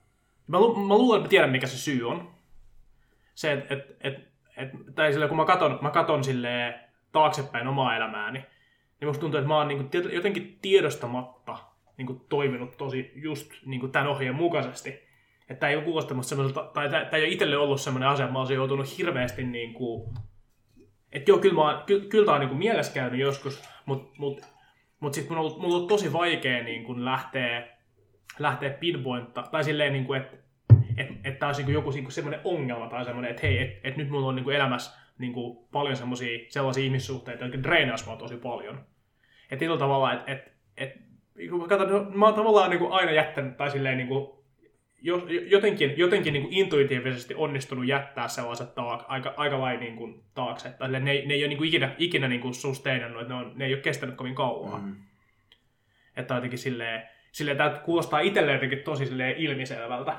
Speaker 4: Mä, lu- mä luulen, että mä tiedän, mikä se syy on. Se, että et, et, et, tai silleen, kun mä katon, mä katon silleen taaksepäin omaa elämääni, niin musta tuntuu, että mä oon niinku jotenkin tiedostamatta niinku toiminut tosi just niinku tämän ohjeen mukaisesti. Että tää ei ole kuulostamassa semmoiselta, tai tää, tää ei ole itselle ollut semmoinen asia, että mä olisin joutunut hirveästi niinku... Että joo, kyllä, mä, ky, kyllä tää on niinku mielessä käynyt joskus, mutta mut, mut sit mun on ollut, mun on ollut tosi vaikea niinku lähteä, lähteä pinpointta, tai silleen niinku, että et, et tää olisi niinku joku niinku semmoinen ongelma tai semmoinen, että hei, että et nyt mulla on niinku elämässä niinku paljon semmosia, sellaisia ihmissuhteita, jotka dreenaisi mua tosi paljon. Että tietyllä tavalla, että et, et, katson, mä oon tavallaan niinku aina jättänyt, tai silleen niinku, jotenkin, jotenkin niinku intuitiivisesti onnistunut jättää sellaiset taak, aika, aika lailla niinku taakse. Tai ne, ne ei ole niinku ikinä, ikinä niinku sustainannut, että ne, on, ne ei ole kestänyt kovin kauan. Mm. Että jotenkin silleen, silleen tämä kuulostaa itselleen jotenkin tosi silleen ilmiselvältä.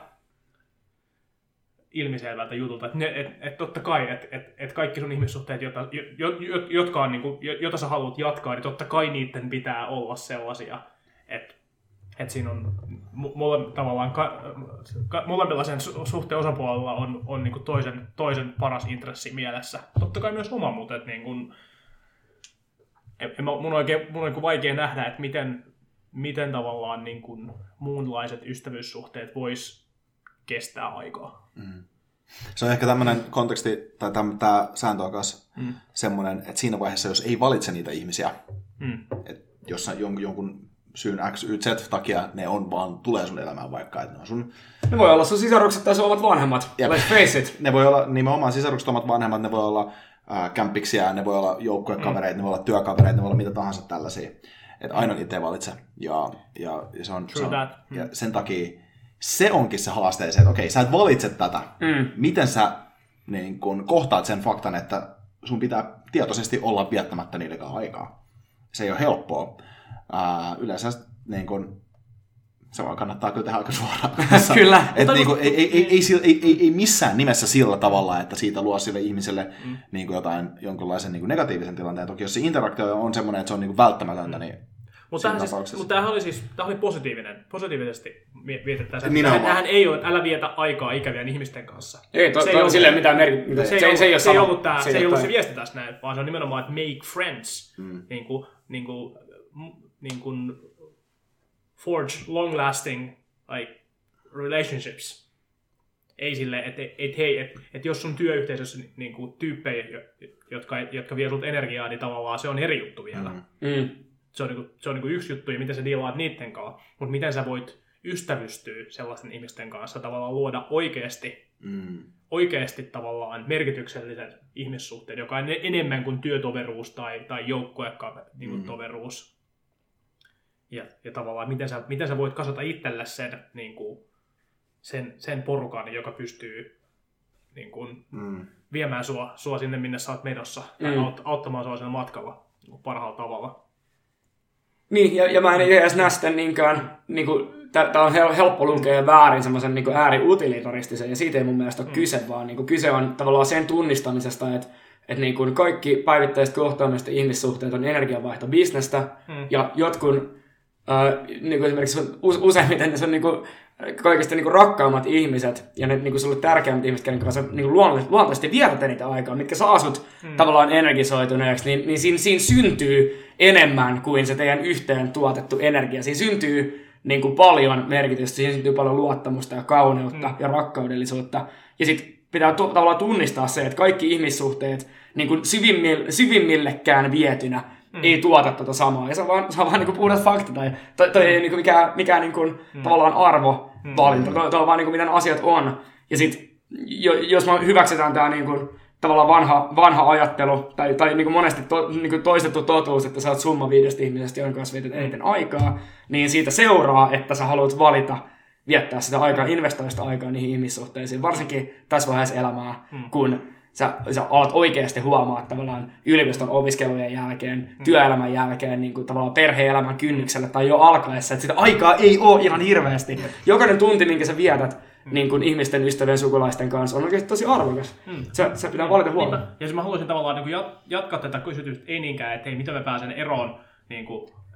Speaker 4: ilmiselvältä jutulta, että et, et totta kai, että et, et kaikki sun ihmissuhteet, jota, jo, jo, jotka on, niinku, jota sä haluat jatkaa, niin totta kai niiden pitää olla sellaisia, että et siinä on mulle, tavallaan ka, ka, molemmilla sen suhteen osapuolella on, on niinku toisen, toisen paras intressi mielessä. Totta kai myös oma, mutta et, niinku, en, mun on oikein, mun on niinku vaikea nähdä, että miten, miten tavallaan niinku, muunlaiset ystävyyssuhteet vois kestää aikaa.
Speaker 2: Mm. Se on ehkä tämmöinen konteksti, tai tämä sääntö on myös mm. semmoinen, että siinä vaiheessa, jos ei valitse niitä ihmisiä, mm. että jos jonkun, jonkun syyn X, Y, Z takia ne on vaan, tulee sun elämään vaikka, että ne on sun...
Speaker 3: Ne voi olla sun sisarukset tai sun omat vanhemmat, yep. Let's face it.
Speaker 2: Ne voi olla nimenomaan sisarukset, omat vanhemmat, ne voi olla äh, kämpiksiä, ne voi olla joukkuekavereita, mm. ne voi olla työkavereita, ne voi olla mitä tahansa tällaisia. Että aina niitä ei valitse. Ja, ja, ja, se on, se on, mm. ja sen takia se onkin se haaste, että okei, sä et valitse tätä. Mm. Miten sä niin kun, kohtaat sen faktan, että sun pitää tietoisesti olla viettämättä niiden aikaa. Se ei ole helppoa. Uh, yleensä niin kun, se vaan kannattaa kyllä tehdä aika suoraan.
Speaker 3: Kyllä.
Speaker 2: Et, niin kun, ei, ei, ei, ei, ei, ei missään nimessä sillä tavalla, että siitä luo sille ihmiselle mm. niin kun jotain jonkinlaisen niin kun negatiivisen tilanteen. Toki jos se interaktio on semmoinen, että se on niin kun välttämätöntä, niin
Speaker 4: Mutta tämähän, siis, mut tämähän oli siis tämä oli positiivinen, positiivisesti vietettäisiin. Tämähän ei ole, älä vietä aikaa ikävien ihmisten kanssa.
Speaker 3: Ei, to, se ei ole silleen mitään merkitystä. Se, se, se, se,
Speaker 4: se ei ollut, tämä, se, se, ei ollut se viesti tässä näin, vaan se on nimenomaan, että make friends. Mm. Niin kuin, niin kuin, niin kuin forge long-lasting like, relationships. Ei silleen, että et, hei, että et jos sun työyhteisössä niin kuin, tyyppejä, jotka, jotka vie sulta energiaa, niin tavallaan se on eri juttu vielä. Mm. Mm. Se on, niinku, se on niinku yksi juttu, ja miten sä dealaat niiden kanssa. Mutta miten sä voit ystävystyä sellaisten ihmisten kanssa, tavallaan luoda oikeasti, mm. oikeasti tavallaan merkityksellisen ihmissuhteen, joka on enemmän kuin työtoveruus tai, tai joukkuetoveruus. Mm. Ja, ja tavallaan miten sä, miten sä voit kasvata itselle sen, niinku, sen, sen porukan, joka pystyy niinku, mm. viemään sua, sua sinne, minne sä oot menossa, tai mm. auttamaan sua sen matkalla niinku, parhaalla tavalla.
Speaker 3: Niin, ja, ja mä en edes näe sitä niinkään, niinku, tää on helppo lukea väärin semmoisen niinku ääriutilitaristisen, ja siitä ei mun mielestä ole mm. kyse, vaan niinku, kyse on tavallaan sen tunnistamisesta, että et niinku, kaikki päivittäiset kohtaamiset ihmissuhteet on energiavaihtobisnestä, mm. ja jotkut, äh, niinku esimerkiksi useimmiten ne on niinku, kaikista niinku rakkaammat ihmiset, ja ne niinku, sulle tärkeimmät ihmiset, kenen kanssa niinku, luontaisesti vietät eniten aikaa, mitkä saa sut mm. tavallaan energisoituneeksi, niin, niin siinä, siinä syntyy enemmän kuin se teidän yhteen tuotettu energia. Siinä syntyy niin kuin paljon merkitystä, siinä syntyy paljon luottamusta ja kauneutta mm. ja rakkaudellisuutta. Ja sitten pitää tu- tavallaan tunnistaa se, että kaikki ihmissuhteet niin kuin syvimmille, syvimmillekään vietynä mm. ei tuota tuota samaa. Ja se on vaan, se on vaan niin kuin puhdas fakta tai toi, toi ei niin kuin mikään, mikään niin kuin, mm. tavallaan arvovalinta. Mm. Toi, toi on vaan niin kuin, miten asiat on. Ja sitten jos me hyväksytään tämä niin kuin, tavallaan vanha, vanha ajattelu, tai, tai niin kuin monesti to, niin kuin toistettu totuus, että sä oot summa viidestä ihmisestä, jonka kanssa vietät eniten aikaa, niin siitä seuraa, että sä haluat valita viettää sitä aikaa, investoida sitä aikaa niihin ihmissuhteisiin, varsinkin tässä vaiheessa elämää, mm. kun sä, sä alat oikeasti huomaa tavallaan yliopiston opiskelujen jälkeen, mm. työelämän jälkeen, niin kuin tavallaan perhe-elämän kynnyksellä tai jo alkaessa, että sitä aikaa ei ole ihan hirveästi. Jokainen tunti, minkä sä vietät, niin kuin ihmisten, ystävien, sukulaisten kanssa on oikeasti tosi arvokas. Hmm. Se, se pitää valita huomioon.
Speaker 4: Ja jos mä haluaisin tavallaan niin kuin jatkaa tätä kysytystä, ei niinkään, että hei, miten mä pääsen eroon niin kuin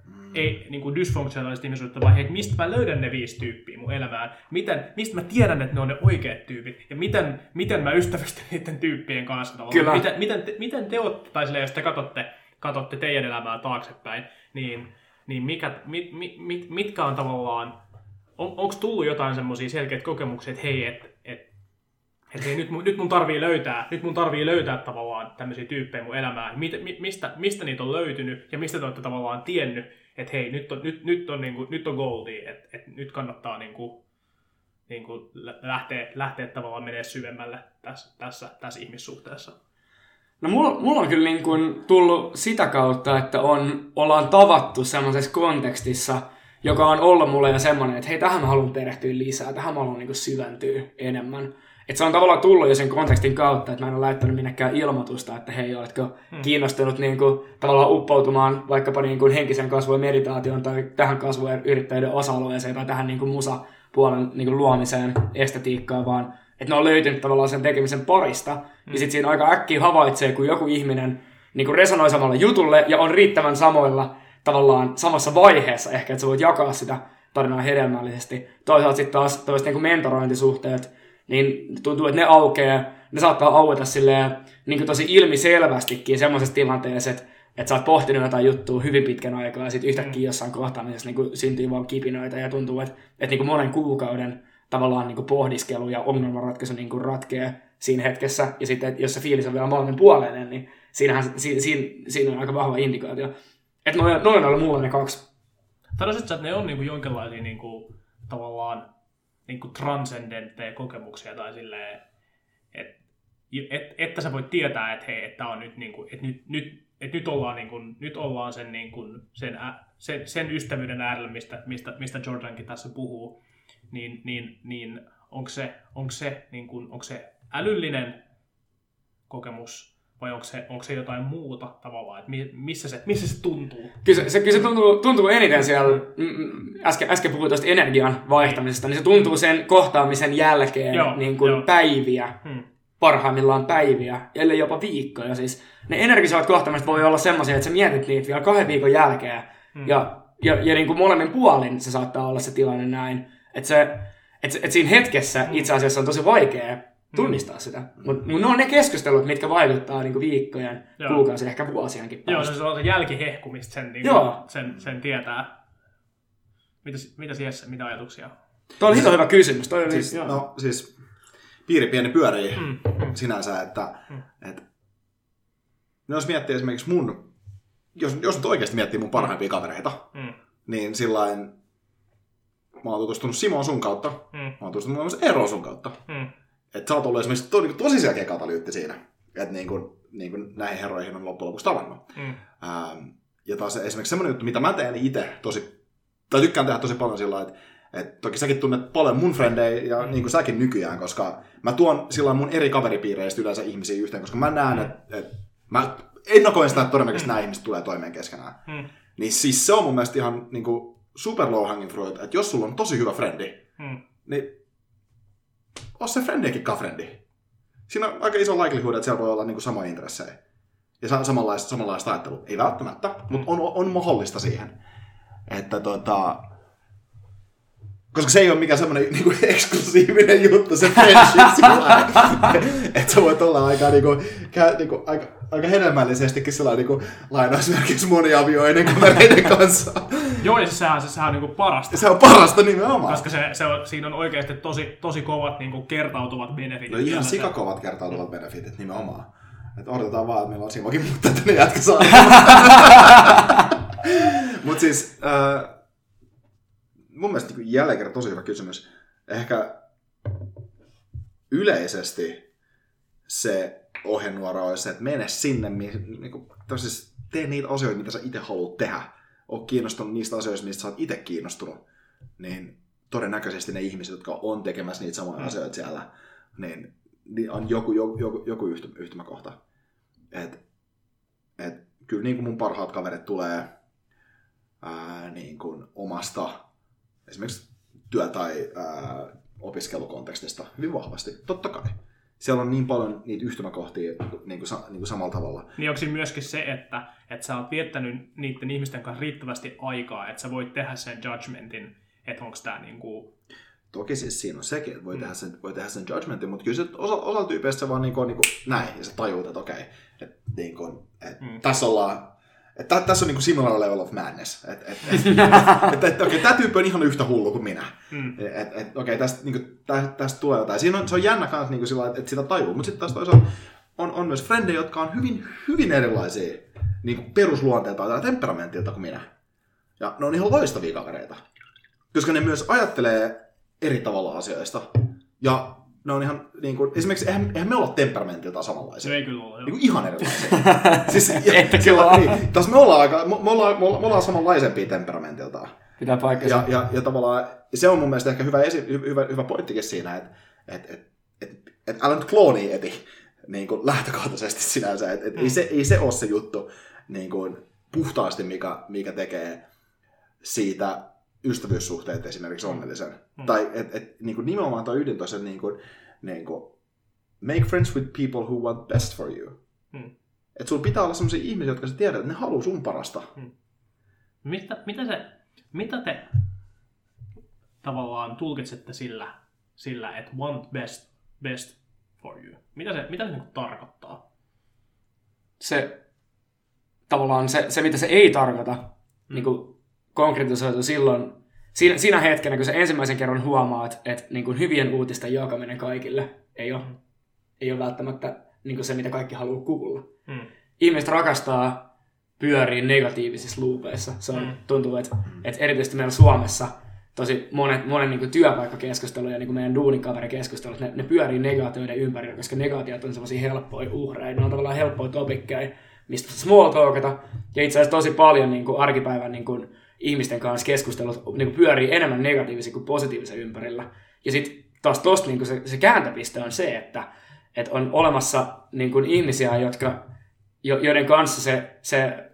Speaker 4: mm. ei niin kuin dysfunktionaaliset ihmisyyttä, vaan hei, mistä mä löydän ne viisi tyyppiä mun elämään, miten, mistä mä tiedän, että ne on ne oikeat tyypit, ja miten, miten mä ystävystyn niiden tyyppien kanssa. Miten, miten, te, miten te olette, tai silleen, jos te katsotte, katsotte teidän elämää taaksepäin, niin, niin mikä, mit, mit, mit, mitkä on tavallaan, on, onko tullut jotain semmoisia selkeitä kokemuksia, että hei, että et, et, hei, nyt, nyt mun tarvii löytää, nyt mun tarvii löytää tavallaan tämmöisiä tyyppejä mun elämään, Mit, mi, mistä, mistä niitä on löytynyt, ja mistä te olette tavallaan tiennyt, että hei, nyt on, nyt, nyt on, niinku, nyt on goldia, että et nyt kannattaa niinku, niinku lähteä, lähteä tavallaan menee syvemmälle tässä, tässä, tässä ihmissuhteessa.
Speaker 3: No mulla, mulla on kyllä niin kuin tullut sitä kautta, että on, ollaan tavattu semmoisessa kontekstissa, joka on ollut mulle jo semmoinen, että hei, tähän mä haluan perehtyä lisää, tähän mä haluan niin kuin syventyä enemmän. Että se on tavallaan tullut jo sen kontekstin kautta, että mä en ole laittanut minnekään ilmoitusta, että hei, oletko hmm. kiinnostunut niin kuin, tavallaan uppoutumaan vaikkapa niin kuin henkisen kasvun ja meditaation tai tähän kasvu- ja yrittäjyyden osa-alueeseen tai tähän niin kuin musapuolen niin kuin luomiseen, estetiikkaan, vaan että ne on löytynyt tavallaan sen tekemisen parista. Hmm. Ja sitten siinä aika äkkiä havaitsee, kun joku ihminen niin kuin resonoi samalla jutulle ja on riittävän samoilla tavallaan samassa vaiheessa ehkä, että sä voit jakaa sitä tarinaa hedelmällisesti. Toisaalta sitten taas toiset niin kuin mentorointisuhteet, niin tuntuu, että ne aukeaa, ne saattaa aueta silleen niin kuin tosi ilmiselvästikin semmoisessa tilanteessa, että, että sä oot pohtinut jotain juttua hyvin pitkän aikaa ja sitten yhtäkkiä jossain kohtaamisessa niin kuin syntyy vaan kipinöitä ja tuntuu, että, että niin kuin monen kuukauden tavallaan niin kuin pohdiskelu ja ongelmanratkaisu niin kuin ratkeaa siinä hetkessä. Ja sitten, jos se fiilis on vielä molemmin puoleinen, niin siinähän, siinä, siinä, siinä on aika vahva indikaatio. Että noin, noin on ollut mulle ne kaksi.
Speaker 4: Sanoisit sä, että ne on niin kuin jonkinlaisia niin kuin, tavallaan niin kuin transcendentteja kokemuksia tai silleen, että et, että sä voit tietää, että hei, että on nyt, niin kuin, että nyt, nyt, että nyt ollaan, niin kuin, nyt ollaan sen, niin kuin, sen, sen, sen ystävyyden äärellä, mistä, mistä, mistä Jordankin tässä puhuu, niin, niin, niin onko se, onko se, niin kuin, onko se älyllinen kokemus vai onko se, onko se jotain muuta tavallaan, että missä se, missä se tuntuu?
Speaker 3: Kyllä se, se, kyllä se tuntuu, tuntuu eniten siellä, äsken, äsken puhuin tuosta energian vaihtamisesta, niin se tuntuu sen kohtaamisen jälkeen
Speaker 4: joo,
Speaker 3: niin kuin
Speaker 4: joo.
Speaker 3: päiviä, hmm. parhaimmillaan päiviä, ellei jopa viikkoja. Siis ne energisoivat kohtaamiset voi olla semmoisia, että sä mietit niitä vielä kahden viikon jälkeen, hmm. ja, ja, ja niin kuin molemmin puolin se saattaa olla se tilanne näin, että se, et, et siinä hetkessä hmm. itse asiassa on tosi vaikea tunnistaa mm. sitä. Mutta ne on ne keskustelut, mitkä vaikuttaa niinku viikkojen, joo. kuukausien, ehkä vuosienkin päästä.
Speaker 4: Joo, se on se jälkihehku, mistä sen, niinku, sen, sen tietää. Mitäs, mitäs Jesse, mitä ajatuksia?
Speaker 3: Tuo on ihan hyvä kysymys. Toi
Speaker 2: siis,
Speaker 3: oli,
Speaker 2: no siis piiri pieni pyörii
Speaker 4: mm.
Speaker 2: sinänsä, että mm. et, no jos miettii esimerkiksi mun, jos, jos nyt oikeasti miettii mun parhaimpia kavereita, mm. niin sillain mä oon tutustunut Simon sun kautta, mm. mä oon tutustunut myös Eeroon sun kautta. Mm. Että sä oot ollut esimerkiksi to, tosi selkeä katalyytti siinä, että niin kuin, niin kuin näihin herroihin on loppujen lopuksi tavannut. Mm. Ähm, ja taas esimerkiksi semmoinen juttu, mitä mä teen itse tosi, tai tykkään tehdä tosi paljon sillä lailla, että, että toki säkin tunnet paljon mun frendejä ja mm. niin kuin säkin nykyään, koska mä tuon sillä mun eri kaveripiireistä yleensä ihmisiä yhteen, koska mä näen, mm. että, että mä ennakoin sitä, että todennäköisesti mm. nämä ihmiset tulee toimeen keskenään. Mm. Niin siis se on mun mielestä ihan niin kuin super low hanging fruit, että jos sulla on tosi hyvä frendi, mm. niin ole se frendiäkin kafrendi. Siinä on aika iso likelihood, että siellä voi olla niinku samoja intressejä. Ja samanlaista, samanlaista ajattelua. Ei välttämättä, mutta on, on mahdollista siihen. Että tota... Koska se ei ole mikään semmoinen niinku eksklusiivinen juttu, se friendship sillä että sä voit olla aika, niinku, kä, niinku, aika, aika hedelmällisestikin sillä niinku, lainausmerkissä moniavioiden kavereiden kanssa.
Speaker 4: Joo, ja se, sehän, se, sehän on niinku parasta.
Speaker 2: Se on parasta nimenomaan.
Speaker 4: Koska se, se on, siinä on oikeasti tosi, tosi kovat niinku kertautuvat benefitit.
Speaker 2: No ihan sikakovat kertautuvat benefitit nimenomaan. Että odotetaan vaan, että meillä on Simokin muuttaa tänne jätkä saa. Mut siis... Äh, mun mielestä niin jälleen kerran tosi hyvä kysymys. Ehkä yleisesti se ohjenuora olisi se, että mene sinne, niin kuin, siis tee niitä asioita, mitä sä itse haluat tehdä. Oot kiinnostunut niistä asioista, mistä sä oot itse kiinnostunut. Niin todennäköisesti ne ihmiset, jotka on tekemässä niitä samoja mm. asioita siellä, niin, niin on joku, joku, joku yhtymäkohta. Et, et, kyllä niin kuin mun parhaat kaverit tulee ää, niin kuin omasta esimerkiksi työ- tai ää, opiskelukontekstista hyvin vahvasti, totta kai. siellä on niin paljon niitä yhtymäkohtia niin kuin, niin kuin samalla tavalla.
Speaker 4: Niin onko myöskin se, että, että sä oot viettänyt niiden ihmisten kanssa riittävästi aikaa, että sä voit tehdä sen judgmentin, että onko tämä niinku...
Speaker 2: Toki siis siinä on sekin, että voi, mm. tehdä, sen, voi tehdä sen judgmentin, mutta kyllä se osa, osalla tyypeistä se vaan niin kuin, niin kuin näin, ja sä tajuut, että okei, että, niin kuin, että mm. tässä ollaan, että tässä on niin kuin similar level of madness, että, että, että, että, että okei, tämä tyyppi on ihan yhtä hullu kuin minä, mm. että, että okei, tästä, niin kuin, tästä tulee jotain. Siinä on, se on jännä kanssa niin kuin sillä, että sitä tajuu, mutta sitten taas toisaalta on, on myös frendejä, jotka on hyvin, hyvin erilaisia niin kuin perusluonteelta tai temperamentilta kuin minä, ja ne on ihan loistavia kavereita, koska ne myös ajattelee eri tavalla asioista. Ja ne on ihan niin kuin, esimerkiksi eihän, eihän me olla temperamentiltaan samanlaisia.
Speaker 4: Se ei kyllä ole.
Speaker 2: Niin kuin ihan erilaisia. siis,
Speaker 3: Että kyllä on.
Speaker 2: Niin, taas me ollaan, aika, me, me ollaan, me ollaan samanlaisempia temperamentiltaan.
Speaker 3: Pitää paikkansa.
Speaker 2: Ja, ja, ja tavallaan se on mun mielestä ehkä hyvä, esi, hyvä, hyvä pointtikin siinä, että et, et, et, et älä nyt kloonia eti niin kuin lähtökohtaisesti sinänsä. Et, et mm. ei, se, ei se ole se juttu niin kuin puhtaasti, mikä, mikä tekee siitä ystävyyssuhteet esimerkiksi onnellisen. Mm. Tai et, et, niin kuin nimenomaan tuo ydin tosiaan niin kuin, niin kuin make friends with people who want best for you. Mm. Että sulla pitää olla sellaisia ihmisiä, jotka sä tiedät, että ne haluaa sun parasta. Mm.
Speaker 4: Mitä, mitä, se, mitä te tavallaan tulkitsette sillä, sillä että want best, best for you? Mitä se, mitä se niin kuin tarkoittaa?
Speaker 3: Se tavallaan se, se mitä se ei tarkoita, mm. niin kuin konkretisoitu silloin, siinä, siinä hetkenä, kun sä ensimmäisen kerran huomaat, että niin kuin hyvien uutisten jakaminen kaikille ei ole, ei ole välttämättä niin kuin se, mitä kaikki haluaa kuulla. Mm. Ihmiset rakastaa pyöriä negatiivisissa luupeissa. Se on, mm. tuntuu, että, että erityisesti meillä Suomessa tosi monet, monen niin kuin työpaikkakeskustelu ja niin kuin meidän duunikaverikeskustelut, ne, ne pyörii negaatioiden ympärillä, koska negaatiot on sellaisia helppoja uhreja. Ne on tavallaan helppoja topikkeja, mistä small talkata. Ja itse asiassa tosi paljon niin kuin arkipäivän niin kuin ihmisten kanssa keskustelut niin kuin pyörii enemmän negatiivisia kuin positiivisen ympärillä. Ja sitten taas tosta niin kuin se, se kääntöpiste on se, että, että on olemassa niin kuin ihmisiä, jotka, jo, joiden kanssa se, se,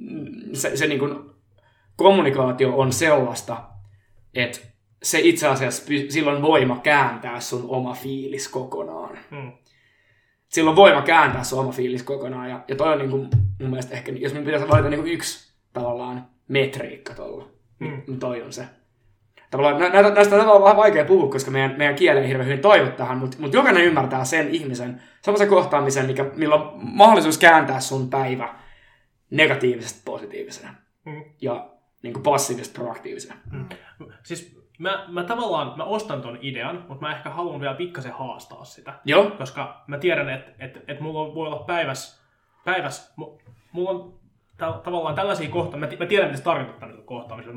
Speaker 3: se, se niin kuin kommunikaatio on sellaista, että se itse asiassa silloin voima kääntää sun oma fiilis kokonaan. Hmm. Silloin voima kääntää sun oma fiilis kokonaan. Ja, ja toi on niin kuin, mun mielestä ehkä, jos minun pitäisi valita niin kuin yksi tavallaan metriikka tuolla, hmm. niin toi on se. Tavallaan nä, näistä on tavallaan vähän vaikea puhua, koska meidän, meidän kieli ei hirveän hyvin toivu tähän, mutta, mutta jokainen ymmärtää sen ihmisen, sellaisen kohtaamisen, mikä, millä on mahdollisuus kääntää sun päivä negatiivisesta positiivisena. Hmm. Ja niin kuin passiivisesti proaktiivisena.
Speaker 4: Hmm. Siis mä, mä tavallaan mä ostan ton idean, mutta mä ehkä haluan vielä pikkasen haastaa sitä.
Speaker 3: Joo.
Speaker 4: Koska mä tiedän, että et, et mulla voi olla päivässä, päiväs, mulla on ta- tavallaan tällaisia kohtaamisia, mä, mä tiedän, mitä se tarkoittaa tällaisia kohtaamisia.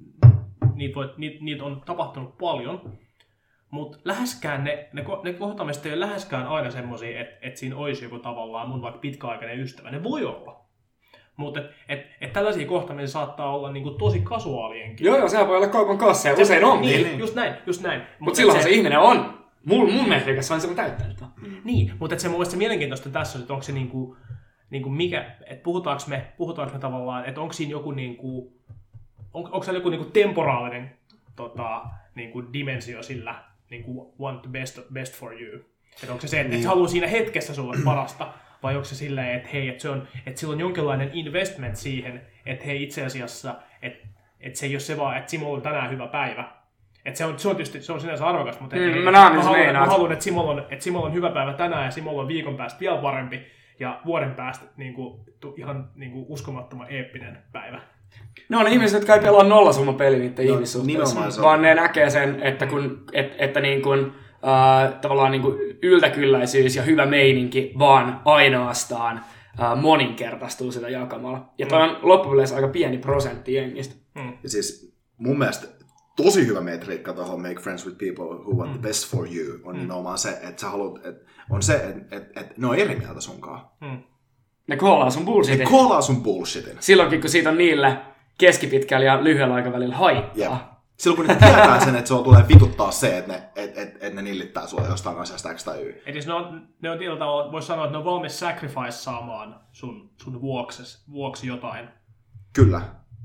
Speaker 4: Niitä, voi, niitä, niitä on tapahtunut paljon, mutta läheskään ne, ne, ne kohtaamiset ei ole läheskään aina semmoisia, että et siinä olisi joku tavallaan mun vaikka pitkäaikainen ystävä. Ne voi olla. Mutta et, et, et tällaisia kohtaamisia saattaa olla niinku tosi kasuaalienkin.
Speaker 3: Joo, joo, sehän voi olla kaupan kassa ja se, usein on.
Speaker 4: Niin, niin, just näin, just näin.
Speaker 3: Mutta Mut silloin se, se ihminen on. Mun, mun metriikassa on se täyttänyt.
Speaker 4: Mm. Niin, mutta se mun mielestä mielenkiintoista tässä on, että onko se niinku, niinku mikä, että puhutaanko me, puhutaanko me tavallaan, että onko siinä joku niinku, on, onko siellä joku niinku temporaalinen tota, niinku dimensio sillä niinku want the best, best for you. Että onko se se, että niin. et sä haluaa siinä hetkessä sulle parasta. Vai onko se silleen, että hei, että, se on, että sillä on jonkinlainen investment siihen, että hei itse asiassa, että, että se ei ole se vaan, että Simolla on tänään hyvä päivä. Että se on, se on tietysti se on sinänsä arvokas, mutta mm, hei, mä, mä, haluan, mä haluan, että Simolla on, että Simolla on hyvä päivä tänään ja Simolla on viikon päästä vielä parempi ja vuoden päästä niin kuin, ihan niin kuin uskomattoman eeppinen päivä.
Speaker 3: Ne on ihmiset, jotka ei pelaa nollasummapeli niiden no, ihmissuhteessa, vaan ne näkee sen, että, kun, et, että niin kuin, Uh, tavallaan niin kuin yltäkylläisyys ja hyvä meininki vaan ainoastaan uh, moninkertaistuu sitä jakamalla. Ja toi on loppupeleissä aika pieni prosentti jengistä.
Speaker 2: Mm. Ja siis mun mielestä tosi hyvä metriikka tuohon make friends with people who want mm. the best for you on mm. nimenomaan se, että sä haluat, että on se, että et, et ne on eri mieltä sunkaan. Mm.
Speaker 3: Ne koolaa sun bullshitin.
Speaker 2: Ne koolaa sun bullshitin.
Speaker 3: Silloinkin, kun siitä on niille keskipitkällä ja lyhyellä aikavälillä haittaa.
Speaker 2: Yep. Silloin kun ne tietää sen, että se tulee vituttaa se, että ne, et, et, et ne nillittää sua jostain asiasta X tai Y.
Speaker 4: Eli ne on, ne on tietyllä tavalla, voisi sanoa, että ne on valmis sacrifice saamaan sun, sun vuoksi, vuoksi jotain.
Speaker 2: Kyllä.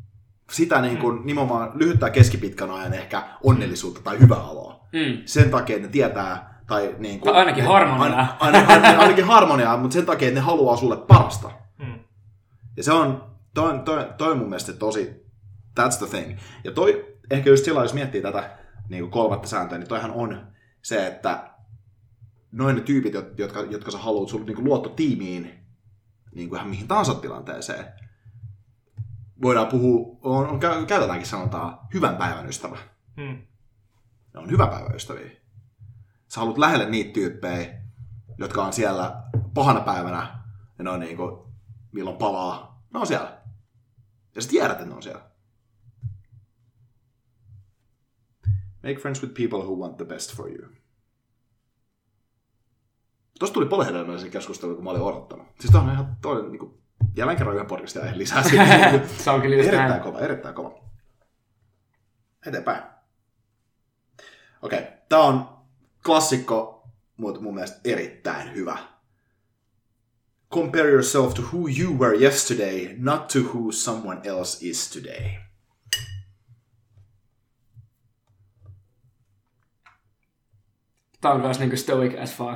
Speaker 2: Sitä niin kuin, mm. nimenomaan lyhyttää keskipitkän ajan ehkä onnellisuutta tai hyvää oloa. Mm. Sen takia, että ne tietää Tai, niin kuin,
Speaker 3: tai ainakin harmoniaa.
Speaker 2: Ain, ain, ain, ainakin harmoniaa, mutta sen takia, että ne haluaa sulle parasta. Hmm. Ja se on, toi, toi, toi mun mielestä tosi, that's the thing. Ja toi, ehkä just silloin, jos miettii tätä niin kuin kolmatta sääntöä, niin toihan on se, että noin ne tyypit, jotka, jotka sä haluat sun niin kuin luottotiimiin, niin kuin ihan mihin tahansa tilanteeseen, voidaan puhua, on, on, käytetäänkin sanotaan, hyvän päivän ystävä. Hmm. Ne on hyvän päivän ystäviä. Sä haluat lähelle niitä tyyppejä, jotka on siellä pahana päivänä, ja ne on niin kuin, milloin palaa, ne on siellä. Ja sä tiedät, että ne on siellä. Make friends with people who want the best for you. Tuosta tuli paljon hedelmällisiä keskustelua, kun mä olin odottanut. Siis tämä on ihan toinen, niin kuin, jälleen kerran yhden podcastin aiheen lisää.
Speaker 3: Se on kyllä
Speaker 2: erittäin
Speaker 3: näin.
Speaker 2: kova, erittäin kova. Eteenpäin. Okei, okay. Tämä on klassikko, mutta mun mielestä erittäin hyvä. Compare yourself to who you were yesterday, not to who someone else is today.
Speaker 3: Tämä on myös niinku stoic as fuck.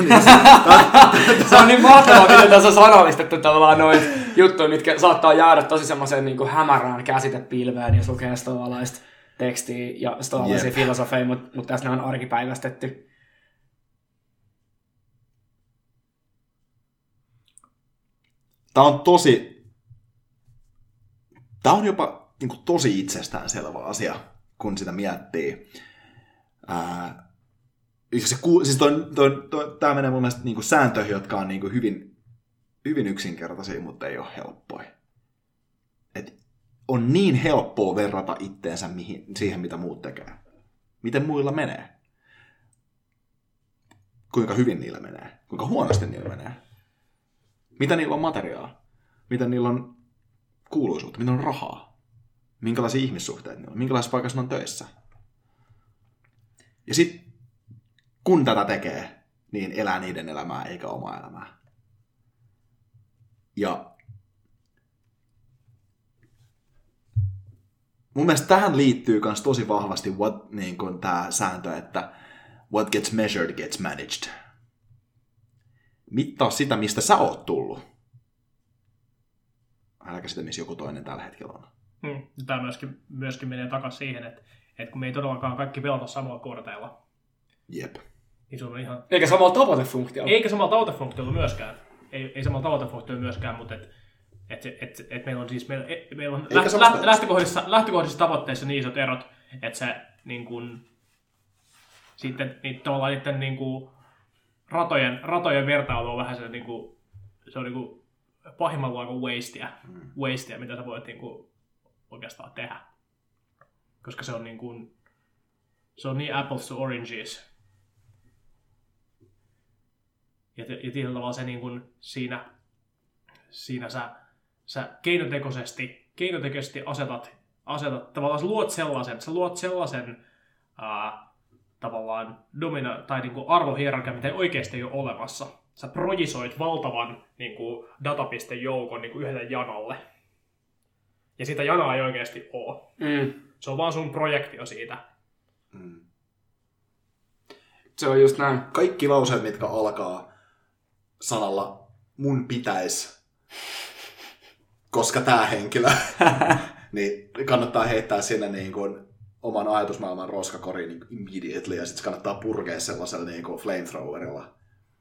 Speaker 3: Se on niin mahtavaa, miten tässä on sanallistettu tavallaan noin juttuja, mitkä saattaa jäädä tosi semmoiseen niinku hämärään käsitepilveen, jos lukee stoalaista tekstiä ja stoalaisia yep. filosofeja, mutta mut tässä ne on arkipäivästetty.
Speaker 2: Tämä on tosi... Tämä on jopa niinku tosi itsestäänselvä asia, kun sitä miettii. Ää... Se, siis toi, toi, toi, tämä menee mun mielestä niinku sääntöihin, jotka on niinku hyvin, hyvin yksinkertaisia, mutta ei ole helppoja. Et on niin helppoa verrata itteensä mihin, siihen, mitä muut tekee. Miten muilla menee. Kuinka hyvin niillä menee. Kuinka huonosti niillä menee. Mitä niillä on materiaa. Miten niillä on kuuluisuutta. Miten on rahaa. Minkälaisia ihmissuhteita niillä on. Minkälaisessa paikassa ne on töissä. Ja sitten kun tätä tekee, niin elää niiden elämää eikä omaa elämää. Ja mun mielestä tähän liittyy myös tosi vahvasti what, niin kun tämä sääntö, että what gets measured gets managed. Mittaa sitä, mistä sä oot tullut. Äläkä sitä, missä joku toinen tällä hetkellä on.
Speaker 4: Hmm. Tämä myöskin, myöskin menee takaisin siihen, että, että kun me ei todellakaan kaikki pelata samalla korteilla.
Speaker 2: Jep.
Speaker 4: Niin se on ihan...
Speaker 3: Eikä samalla tavoitefunktiolla.
Speaker 4: Eikä samalla tavoitefunktiolla myöskään. Ei, ei samalla tavoitefunktiolla myöskään, mutta et, et, et, et meillä on siis meillä, et, meillä on läht, läht, lähtökohdissa, lähtökohdissa tavoitteissa niin isot erot, että se niin kuin, sitten niin, tavallaan niiden niin kuin, ratojen, ratojen vertailu on vähän se, niin kuin, se on niin kuin, pahimmillaan kuin wastea, mm. wastea, mitä sä voit niin kuin, oikeastaan tehdä. Koska se on niin kuin, se on niin apples to oranges. Ja, ja tietyllä tavalla se niin kuin siinä, siinä sä, sä keinotekoisesti, keinotekoisesti asetat, asetat, tavallaan sä luot sellaisen, sä luot sellaisen ää, tavallaan domina, tai niin kuin arvohierarkia, mitä ei oikeasti ole olemassa. Sä projisoit valtavan niin kuin datapistejoukon niin kuin yhdelle janalle. Ja sitä janaa ei oikeasti ole. Mm. Se on vaan sun projektio siitä. Mm.
Speaker 3: Se on just näin.
Speaker 2: Kaikki lauseet, mitkä alkaa sanalla mun pitäis, koska tää henkilö, niin kannattaa heittää sinne niin kuin oman ajatusmaailman roskakoriin niin immediately, ja sitten kannattaa purkea sellaisella niin kuin flamethrowerilla.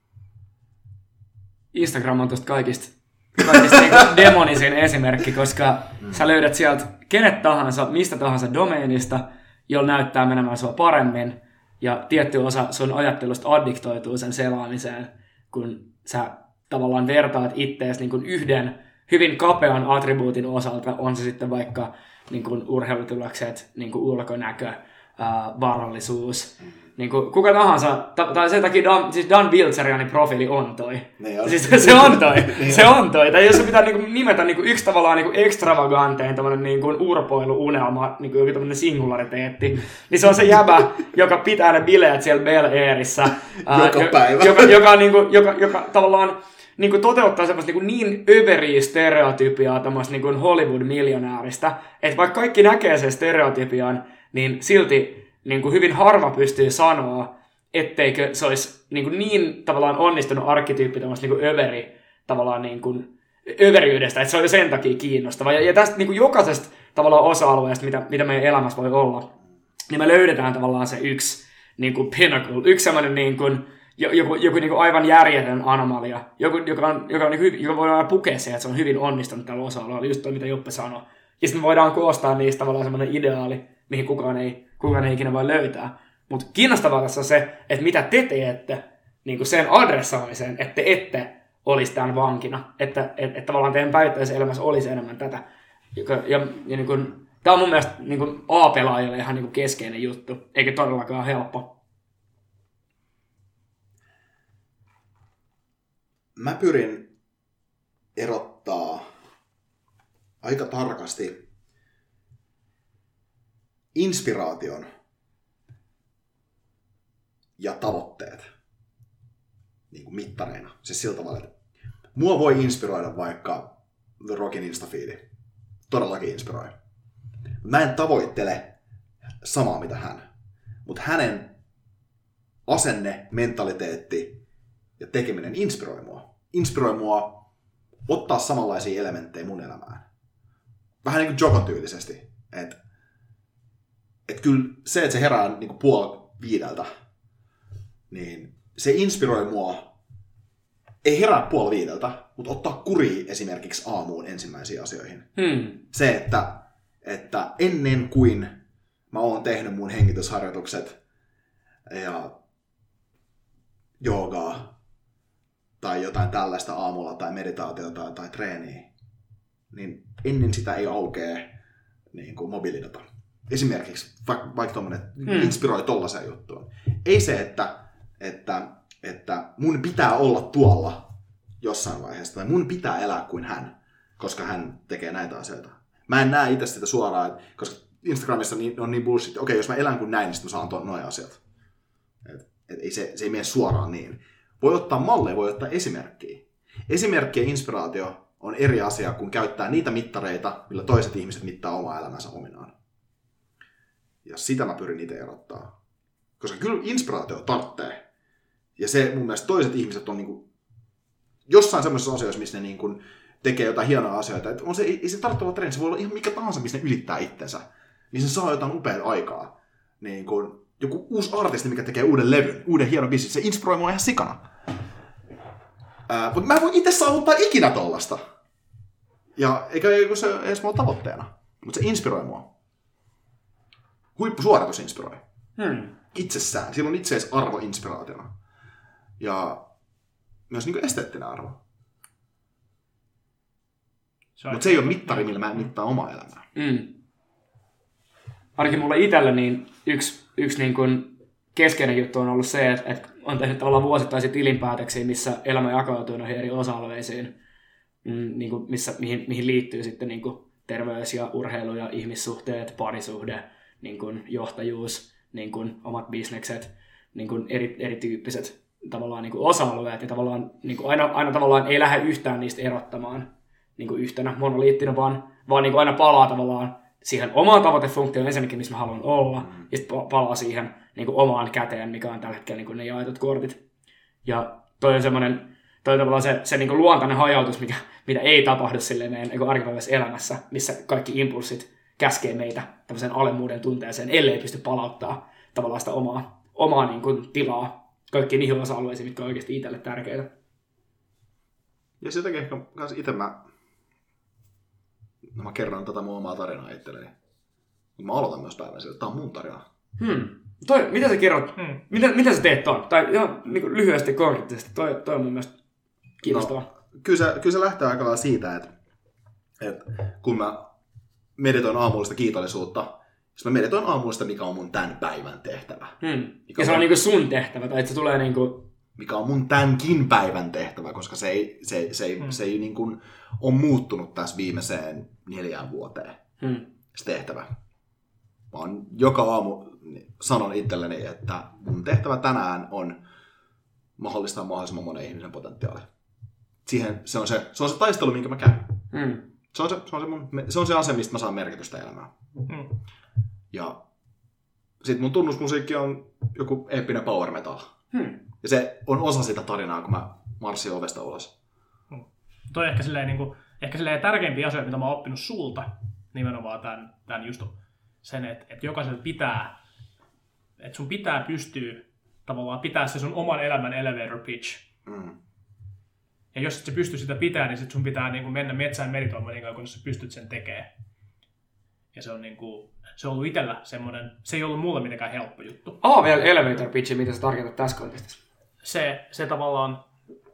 Speaker 3: Instagram on tosta kaikista, kaikista niin kuin demonisin esimerkki, koska mm. sä löydät sieltä kenet tahansa, mistä tahansa domeenista, jolla näyttää menemään sua paremmin, ja tietty osa sun ajattelusta addiktoituu sen selaamiseen, kun sä tavallaan vertaat ittees niin kuin yhden hyvin kapean attribuutin osalta, on se sitten vaikka niin kuin urheilutulokset, niin kuin ulkonäkö, ää, varallisuus. Niin kuin kuka tahansa, tai sen takia Dan, siis Dan Bilzerianin profiili on toi. On. Siis se on toi, se on toi. Tai jos se pitää niin kuin nimetä niin kuin yksi tavallaan niin kuin extravagantein tämmöinen niin kuin urpoiluunelma, niin kuin joku tämmöinen singulariteetti, niin se on se jäbä, joka pitää ne bileet siellä Bel Airissa.
Speaker 2: Joka ää, päivä.
Speaker 3: Joka, joka, niin kuin, joka, joka tavallaan niin kuin toteuttaa semmoista niin, niin överiä stereotypiaa tämmöistä niin Hollywood-miljonääristä, että vaikka kaikki näkee sen stereotypian, niin silti niin kuin hyvin harva pystyy sanoa, etteikö se olisi niin, kuin niin tavallaan onnistunut arkkityyppi tämmöistä niin överi, tavallaan niin kuin överiydestä, että se oli sen takia kiinnostava. Ja, ja tästä niin kuin jokaisesta tavallaan osa-alueesta, mitä, mitä meidän elämässä voi olla, niin me löydetään tavallaan se yksi niin kuin pinnacle, yksi semmoinen niin kuin, joku, joku niin kuin aivan järjetön anomalia, joku, joka, on, joka, on niin hyvin, joka voidaan pukea siihen, että se on hyvin onnistunut tällä osa-alueella, just toi, mitä Juppe sanoi. Ja sitten me voidaan koostaa niistä tavallaan semmoinen ideaali, mihin kukaan ei, kukaan ei ikinä voi löytää. Mutta kiinnostavaa tässä on se, että mitä te teette niin kuin sen adressaamiseen, että te ette olisi tämän vankina. Että et, et tavallaan teidän päivittäisessä elämässä olisi enemmän tätä. Ja, ja, ja niin kuin, tämä on mun mielestä niin kuin A-pelaajille ihan niin kuin keskeinen juttu, eikä todellakaan helppo.
Speaker 2: Mä pyrin erottaa aika tarkasti inspiraation ja tavoitteet niin kuin mittareina. Siis sillä tavalla, että mua voi inspiroida vaikka The Rockin Instafeedi. Todellakin inspiroi. Mä en tavoittele samaa mitä hän. Mutta hänen asenne, mentaliteetti ja tekeminen inspiroi mua. Inspiroi mua ottaa samanlaisia elementtejä mun elämään. Vähän niin kuin Jokon tyylisesti. Että et kyllä se, että se herää niin kuin puoli viideltä, niin se inspiroi mua. Ei herää puoli viideltä, mutta ottaa kuria esimerkiksi aamuun ensimmäisiin asioihin.
Speaker 3: Hmm.
Speaker 2: Se, että, että ennen kuin mä oon tehnyt mun hengitysharjoitukset ja joogaa tai jotain tällaista aamulla tai meditaatiota tai treeniä, niin ennen sitä ei aukee niin kuin mobiilidata. Esimerkiksi vaikka, vaikka tuommoinen hmm. inspiroi tollaiseen juttuun. Ei se, että, että, että mun pitää olla tuolla jossain vaiheessa tai mun pitää elää kuin hän, koska hän tekee näitä asioita. Mä en näe itse sitä suoraan, koska Instagramissa on niin bullshit, että okei, jos mä elän kuin näin, niin sitten mä saan tuon noin asiat. Et, et ei se, se ei mene suoraan niin. Voi ottaa malleja, voi ottaa esimerkkiä. Esimerkki ja inspiraatio on eri asia, kun käyttää niitä mittareita, millä toiset ihmiset mittaa omaa elämänsä ominaan. Ja sitä mä pyrin itse erottaa. Koska kyllä inspiraatio tarvitsee. Ja se mun mielestä toiset ihmiset on niinku jossain semmoisissa asioissa, missä ne niinku tekee jotain hienoa asioita. Että on se, ei se tarvitse olla treeni, se voi olla ihan mikä tahansa, missä ne ylittää itsensä. Niin se saa jotain upeaa aikaa. Niin kun joku uusi artisti, mikä tekee uuden levyn, uuden hienon biisin, se inspiroi mua ihan sikana. Ää, mutta mä en voi itse saavuttaa ikinä tollasta. Ja eikä se edes mua tavoitteena. Mutta se inspiroi mua. Huippusuoritus inspiroi.
Speaker 3: Hmm.
Speaker 2: Itsessään. Sillä on itseisarvo inspiraationa. Ja myös niin kuin esteettinen arvo. Mutta se ei ole mittari, millä mä mittaan omaa elämää.
Speaker 3: Mm. Ainakin mulle itsellä niin yksi, yksi niin kuin keskeinen juttu on ollut se, että, että on tehnyt tavallaan vuosittaisia tilinpäätöksiä, missä elämä jakautuu noihin eri osa-alueisiin, mm, niin kuin missä, mihin, mihin liittyy sitten niin kuin terveys ja urheilu ja ihmissuhteet, parisuhde, niin kuin johtajuus, niin kuin omat bisnekset, niin kuin eri, erityyppiset tavallaan niin kuin osa-alueet, ja tavallaan niin kuin aina, aina tavallaan ei lähde yhtään niistä erottamaan niin kuin yhtenä monoliittina, vaan, vaan niin kuin aina palaa tavallaan siihen omaan tavoitefunktioon ensinnäkin, missä mä haluan olla, mm. ja sitten palaa siihen niin kuin omaan käteen, mikä on tällä hetkellä niin kuin ne jaetut kortit. Ja toi on semmoinen, toi on tavallaan se, se niin kuin luontainen hajautus, mikä, mitä ei tapahdu silleen meidän niin kuin arkipäiväisessä elämässä, missä kaikki impulssit käskee meitä tämmöisen alemmuuden tunteeseen, ellei pysty palauttaa tavallaan sitä omaa, omaa niin kuin tilaa kaikkiin niihin osa-alueisiin, mitkä on oikeasti itselle tärkeitä.
Speaker 2: Ja sitäkin ehkä kanssa itse mä, no mä kerron tätä mun omaa tarinaa itselleni. Mä aloitan myös päivän sille, että tää on mun tarina.
Speaker 3: Hmm. Toi, mitä sä kerrot? Hmm. Mitä, mitä sä teet ton? Tai ihan niin lyhyesti, konkreettisesti. Toi, toi on mun mielestä kiinnostavaa.
Speaker 2: No, kyllä, se, kyllä se lähtee aika lailla siitä, että, että kun mä meditoin aamullista kiitollisuutta, siis mä meditoin aamullista, mikä on mun tämän päivän tehtävä.
Speaker 3: Hmm. Ja se on, on niinku sun tehtävä, tai että se tulee niinku...
Speaker 2: mikä on mun tämänkin päivän tehtävä, koska se ei, se, se ei, hmm. se ei niin kuin ole muuttunut tässä viimeiseen neljään vuoteen, hmm. se tehtävä. Mä oon joka aamu sanon itselleni, että mun tehtävä tänään on mahdollistaa mahdollisimman monen ihmisen potentiaali. Siihen, se, on se, se on se taistelu, minkä mä käyn. Hmm. Se, on se, se, on se, mun, se on se asia, mistä mä saan merkitystä elämään. Hmm. Ja sit mun tunnusmusiikki on joku eeppinen power metal.
Speaker 3: Hmm.
Speaker 2: Ja se on osa sitä tarinaa, kun mä marssin ovesta ulos.
Speaker 4: Hmm. Toi ehkä silleen, niin kuin, ehkä silleen tärkeimpiä asioita, mitä mä oon oppinut sulta, nimenomaan tämän, tämän just sen, että, että jokaisella pitää, että sun pitää pystyä tavallaan pitää se sun oman elämän elevator pitch.
Speaker 2: Mm.
Speaker 4: Ja jos et sä pysty sitä pitämään, niin sit sun pitää niin kuin mennä metsään meditoimaan niin kauan, kun sä pystyt sen tekemään. Ja se on, niin kuin, se on ollut itsellä semmoinen, se ei ollut mulle mitenkään helppo juttu.
Speaker 3: Ah, vielä elevator pitch, mitä sä tarkoitat tässä kontekstissa?
Speaker 4: Se, se tavallaan,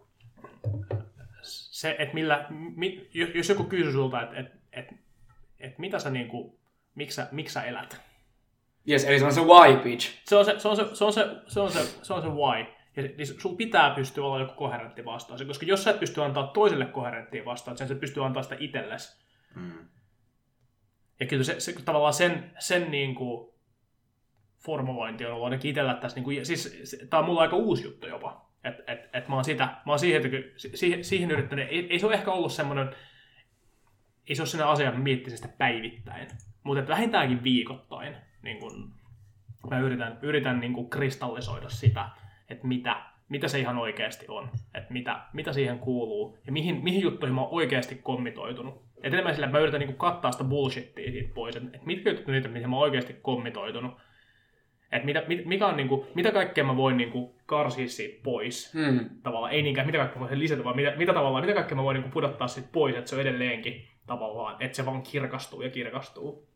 Speaker 4: se, että millä, mi, jos joku kysyy sulta, että et, et, et mitä sä niinku, miksi sä, miksi sä elät?
Speaker 3: Yes, eli se on se why pitch.
Speaker 4: Se on se, se, on se, se, on se, se, on se, se, on se why. Ja niin sulla pitää pystyä olla joku koherentti vastaus, koska jos sä et pysty antaa toiselle koherenttia vastaus, sen sä pystyy antaa sitä itsellesi.
Speaker 2: Mm.
Speaker 4: Ja kyllä se, se tavallaan sen, sen niinku formulointi on ollut ainakin itsellä tässä, niinku, siis se, tää on mulla aika uusi juttu jopa. Että et, et mä oon sitä, mä oon siihen, siihen, siihen yrittänyt, ei, ei se ole ehkä ollut semmoinen, ei se ole sellainen asia, että mä miettisin sitä päivittäin, mutta vähintäänkin viikoittain niin kun mä yritän, yritän niin kun kristallisoida sitä, että mitä, mitä se ihan oikeasti on, että mitä, mitä siihen kuuluu ja mihin, mihin juttuihin mä oon oikeasti kommitoitunut. Et enemmän sillä, että mä yritän niin kun kattaa sitä bullshittia siitä pois, että et mitkä jutut on niitä, mihin mä oon oikeasti kommitoitunut. Että mitä, mikä on, niinku, mitä kaikkea mä voin niinku karsia siitä pois.
Speaker 3: Hmm.
Speaker 4: Tavallaan, ei niinkään mitä kaikkea mä voin lisätä, vaan mitä, mitä, tavallaan, mitä kaikkea mä voin niinku pudottaa siitä pois, että se on edelleenkin tavallaan, että se vaan kirkastuu ja kirkastuu.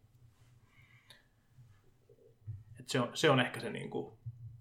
Speaker 4: Et se, on, se on ehkä se niinku,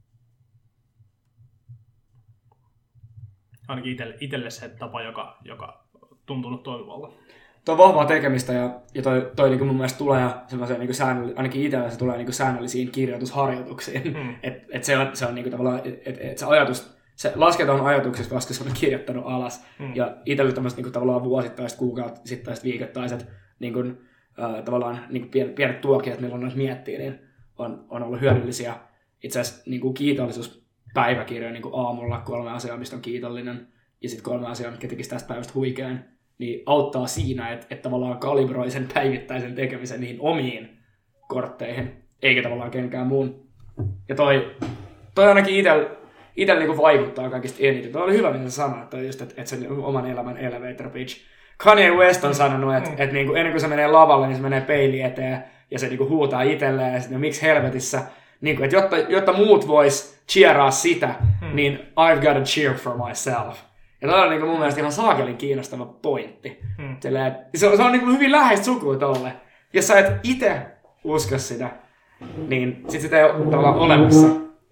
Speaker 4: ainakin itelle, itelle se tapa, joka, joka tuntunut toimivalla.
Speaker 3: Tuo on vahvaa tekemistä ja, ja toi, toi niinku mun mielestä tulee semmoisia niinku säännöllisiä, ainakin itsellä se tulee niinku säännöllisiin kirjoitusharjoituksiin. Mm. Että et se on, se on niinku tavallaan, että et se ajatus, se lasketaan ajatuksessa, koska se on kirjoittanut alas. Mm. Ja itsellä tämmöiset niinku tavallaan vuosittaiset, kuukausittaiset, viikoittaiset niinku, äh, tavallaan niinku pienet, pienet tuokiot, milloin noita miettii, niin on, on ollut hyödyllisiä. Itse asiassa niinku kiitollisuuspäiväkirjoja niinku aamulla kolme asiaa, mistä on kiitollinen, ja sitten kolme asiaa, mitkä tekisi tästä päivästä huikean. Niin auttaa siinä, että, että tavallaan kalibroi sen päivittäisen tekemisen niihin omiin kortteihin, eikä tavallaan kenkään muun. Ja toi, toi ainakin itsellä itel niinku vaikuttaa kaikista eniten. Toi oli hyvä, mitä sä sanoit, toi just, että, että se oman elämän elevator pitch. Kanye West on sanonut, että, että niinku ennen kuin se menee lavalle, niin se menee peili eteen ja se niinku huutaa itselleen, ja sitten miksi helvetissä, niinku, että jotta, jotta muut vois cheeraa sitä, hmm. niin I've got to cheer for myself. Ja tämä on niin mun mielestä ihan saakelin kiinnostava pointti. Hmm. Silleen, se on, se on niin hyvin läheistä sukua tolle. Jos sä et itse usko sitä, niin sit sitä ei ole tavallaan olemassa.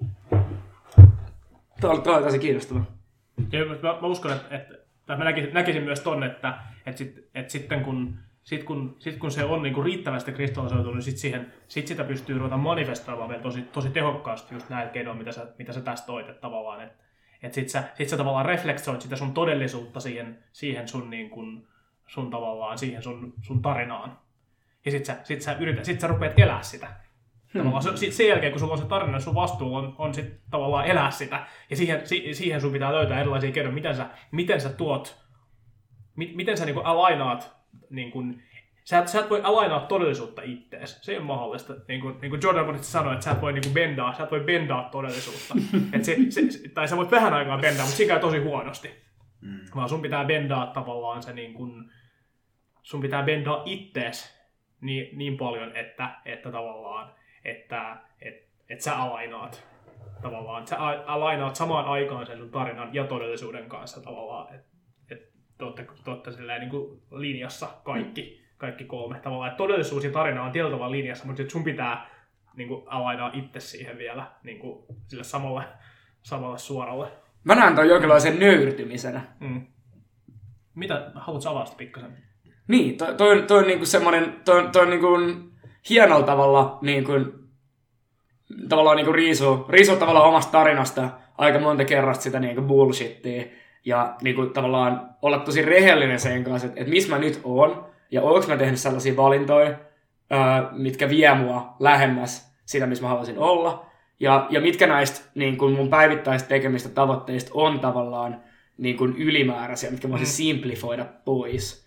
Speaker 3: Tuo on, on tosi kiinnostava.
Speaker 4: Ja mä, mä uskon, että, että tai mä näkisin, näkisin myös tonne, että, että, sit, että sitten kun, sit kun, sit kun se on niinku riittävästi kristallisoitunut, niin sit, siihen, sit sitä pystyy ruveta manifestoimaan vielä tosi, tosi tehokkaasti just näillä keinoilla, mitä sä, mitä sä tästä toit, että tavallaan, että Että sit sä, sit sä tavallaan reflektoit sitä sun todellisuutta siihen, siihen sun, niin kun, sun tavallaan, siihen sun, sun tarinaan. Ja sit sä, sit sä, yrität, sit sä rupeat elää sitä. Hmm. Sit sen jälkeen, kun sulla on se tarina, sun vastuu on, on sit tavallaan elää sitä. Ja siihen, si, siihen sun pitää löytää erilaisia keinoja, miten sä, miten sä tuot, mi, miten sä niinku alainaat, niinku, sä, et, sä et voi alainaa todellisuutta ittees. Se ei ole mahdollista. Niin kuin, niin kuin Jordan Bonnet sanoi, että sä et voi niin kuin bendaa, sä et voi bendaa todellisuutta. Et se, se, tai sä voit vähän aikaa bendaa, mutta siinä käy tosi huonosti. Mm. Vaan sun pitää bendaa tavallaan se niin kuin, sun pitää bendaa ittees niin, niin paljon, että, että tavallaan, että et, et sä alainaat tavallaan, sä alainaat samaan aikaan sen sun tarinan ja todellisuuden kanssa tavallaan, että et, te ootte, te ootte silleen niin kuin linjassa kaikki. Kaikki kolme tavallaan. Että todellisuus ja tarina on tietyllä tavalla linjassa, mutta sun pitää niin kuin, alainaa itse siihen vielä niin kuin, sille samalle, samalle suoralle.
Speaker 3: Mä näen ton jonkinlaisen nöyrtymisenä. Mm.
Speaker 4: Mitä? Haluatko avaa sitä pikkasen?
Speaker 3: Niin, toi, toi, toi on niinku semmonen, toi, toi on niinku hienolla tavalla niinku, tavallaan niinku riisuu, riisuu tavallaan omasta tarinasta aika monta kerrasta sitä niinku bullshittia ja niinku tavallaan olla tosi rehellinen sen kanssa, että et missä mä nyt oon. Ja oonko mä tehnyt sellaisia valintoja, ää, mitkä vie mua lähemmäs sitä, missä mä haluaisin olla. Ja, ja mitkä näistä niin kun mun päivittäistä tekemistä tavoitteista on tavallaan niin kun ylimääräisiä, mitkä mä voisin simplifoida pois.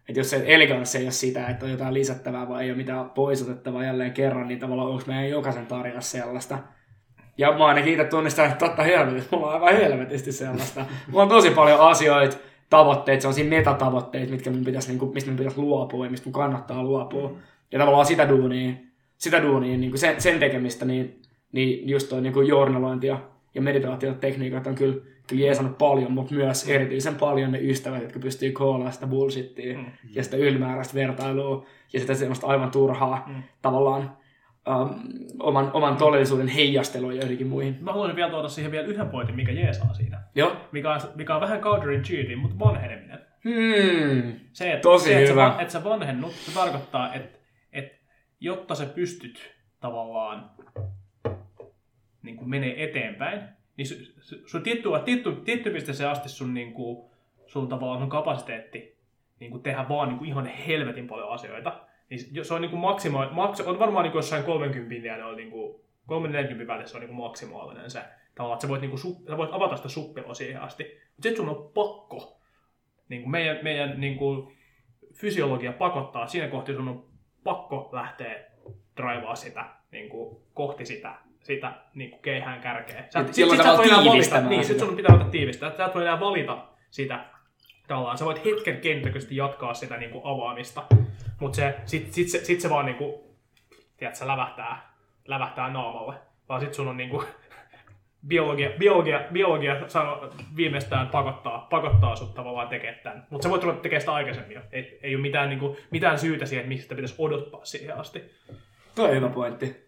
Speaker 3: Että jos se eleganssi ei ole sitä, että on jotain lisättävää vai ei ole mitään poisotettavaa jälleen kerran, niin tavallaan onko meidän jokaisen tarinassa sellaista. Ja mä ainakin itse tunnistan, että totta helvetissä, mulla on aivan helvetisti sellaista. Mulla on tosi paljon asioita, tavoitteita, sellaisia metatavoitteita, mitkä mun pitäisi, niin kuin, mistä mun pitäisi luopua ja mistä mun kannattaa luopua. Mm. Ja tavallaan sitä duunia, sitä duunia niin kuin sen, sen tekemistä, niin, niin just toi niin kuin journalointi ja, ja meditaatiotekniikat on kyllä, kyllä jeesannut paljon, mutta myös erityisen paljon ne ystävät, jotka pystyy koolaamaan sitä bullshittia mm. ja sitä ylimääräistä vertailua ja sitä semmoista aivan turhaa mm. tavallaan Um, oman, oman todellisuuden heijastelua ja joidenkin muihin.
Speaker 4: Mä haluaisin vielä tuoda siihen vielä yhden pointin, mikä jeesaa siinä.
Speaker 3: Joo.
Speaker 4: Mikä on, mikä on vähän counterintuitive, mutta vanheneminen.
Speaker 3: Hmm.
Speaker 4: Se, että,
Speaker 3: Tosi
Speaker 4: se, että
Speaker 3: hyvä.
Speaker 4: Sä, että sä vanhennut, se tarkoittaa, että, että jotta sä pystyt tavallaan niin kuin menee eteenpäin, niin sun, sun tietty, tietty, tietty pisteeseen asti sun, niin kuin, sun, tavallaan, sun kapasiteetti niin kuin tehdä vaan niin kuin ihan helvetin paljon asioita. Niin se on niinku maksimaalinen, maks, on varmaan niinku jossain kolmekymmentä ja ne on niinku kolmekymmentä neljäkymmentä välissä on niinku maksimaalinen se tavallaan, että sä voit niinku sä voit avata sitä suppilua siihen asti. Mutta sit sun on pakko. Niinku meidän meidän niinku fysiologia pakottaa siinä kohti sun on pakko lähteä draivaa sitä niinku kohti sitä sitä niinku keihään kärkeä. Sä sit, sit, sit sä voi enää valita, niin sit sun pitää ottaa tiivistää. Sä et voi enää valita sitä tavallaan. Sä voit hetken kenttäköisesti jatkaa sitä niinku avaamista. Mutta se, sit, sit, sit, sit se vaan niinku, tiedät, se lävähtää, lävähtää naamalle. Vaan sit sun on niinku, biologia, biologia, biologia sano, viimeistään pakottaa, pakottaa sut tavallaan tekemään tämän. Mutta sä voit tulla tekemään sitä aikaisemmin jo. Ei, ei ole mitään, niinku, mitään syytä siihen, että miksi sitä pitäisi odottaa siihen asti.
Speaker 3: Tuo on hyvä pointti.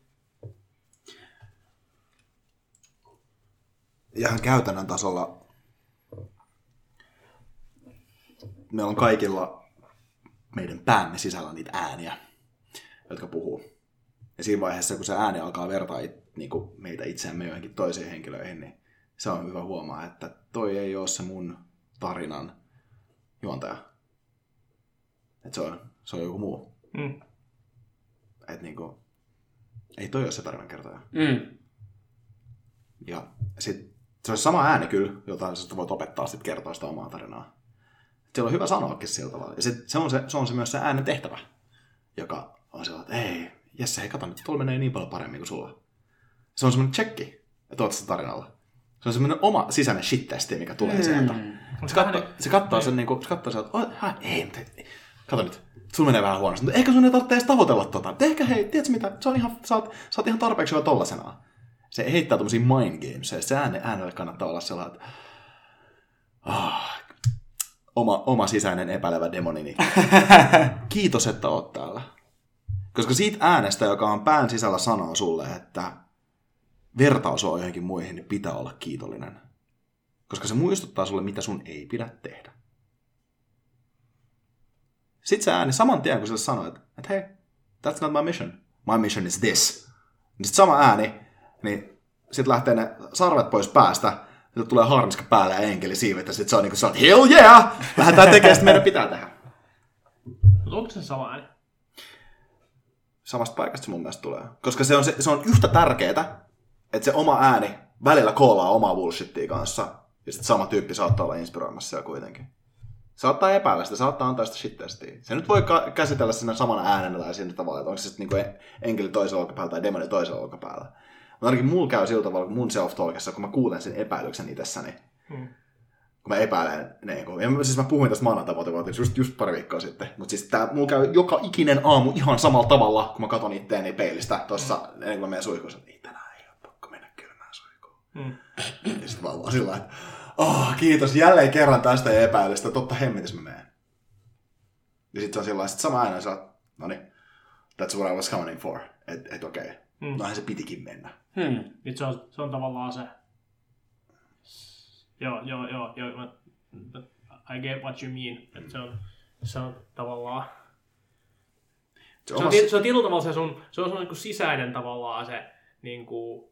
Speaker 2: Ihan käytännön tasolla meillä on kaikilla meidän päämme sisällä niitä ääniä, jotka puhuu. Ja siinä vaiheessa, kun se ääni alkaa vertaa it, niin kuin meitä itseämme joihinkin toisiin henkilöihin, niin se on hyvä huomaa, että toi ei ole se mun tarinan juontaja. Että se on, se on joku muu. Mm. Että niin kuin, ei toi ole se tarinan kertoja. Mm. Ja sit se on sama ääni kyllä, jota sä voit opettaa sit kertoa sitä omaa tarinaa. Siellä on hyvä sanoakin sillä tavalla. Ja sit se, on se, se on se myös se äänen tehtävä, joka on sellainen, että ei, Jesse, hei, kato nyt, tuolla menee niin paljon paremmin kuin sulla. Se on semmoinen tsekki, että oot sitä tarinalla. Se on semmoinen oma sisäinen shit-testi, mikä tulee mm. sieltä. Se katsoo, se katsoo sen, niin kuin, se katsoo sieltä, että ei, kato nyt, sulla menee vähän huonosti. Ehkä sun ei tarvitse edes tavoitella tota. Ehkä hei, tiedätkö mitä, se on ihan, sä, oot, sä oot ihan tarpeeksi hyvä tollasenaan. Se heittää tommosia mind games, se ääne, äänelle kannattaa olla sellainen, että oh, Oma, oma sisäinen epäilevä demonini. Kiitos, että oot täällä. Koska siitä äänestä, joka on pään sisällä, sanoo sulle, että vertaus on johonkin muihin, niin pitää olla kiitollinen. Koska se muistuttaa sulle, mitä sun ei pidä tehdä. Sitten se ääni saman tien, kun sille sanoo, että, että hei, that's not my mission. My mission is this. Niin sit sama ääni, niin sit lähtee ne sarvet pois päästä, sitten tulee harniska päälle ja enkeli siivet, ja sitten se on niin kuin, sä oot, hell yeah! Lähdetään tekemään, sitä meidän pitää tehdä.
Speaker 4: Onko se sama ääni?
Speaker 2: Samasta paikasta se mun mielestä tulee. Koska se on, se, se on yhtä tärkeää, että se oma ääni välillä koolaa omaa bullshittia kanssa, ja sitten sama tyyppi saattaa olla inspiroimassa siellä kuitenkin. Saattaa epäillä sitä, saattaa antaa sitä shit-testiä. Se nyt voi ka- käsitellä siinä samana äänenä tai siinä tavalla, että onko se sitten niinku enkeli toisella olkapäällä tai demoni toisella olkapäällä. Mutta ainakin mulla käy sillä tavalla, kun mun self-talkissa, kun mä kuulen sen epäilyksen itsessäni, hmm. kun mä epäilen, niin kun, ja mä, siis mä puhuin tästä maanantai-motivaatiosta just, just pari viikkoa sitten, mutta siis tää, mulla käy joka ikinen aamu ihan samalla tavalla, kun mä katon itteeni peilistä tuossa, hmm. ennen kuin mä menen suihkuun, että ei tänään ei ole pakko mennä kylmään suihkuun. Hmm. Ja sit vaan vaan sillä lailla, että oh, kiitos jälleen kerran tästä epäilystä, totta hemmetis mä menen. Ja sit se on sillä lailla, sit sama aina sä no niin, that's what I was coming for, että et okei. Okay. Hmm. Nohan se pitikin mennä.
Speaker 4: Hmm. Nyt se on, se on tavallaan se... Joo, joo, joo, joo. I get what you mean. Että se, on, se on tavallaan... Se on, se on, se on tietyllä tavalla se sun, se on sun niin kuin sisäinen tavallaan se... Niin kuin,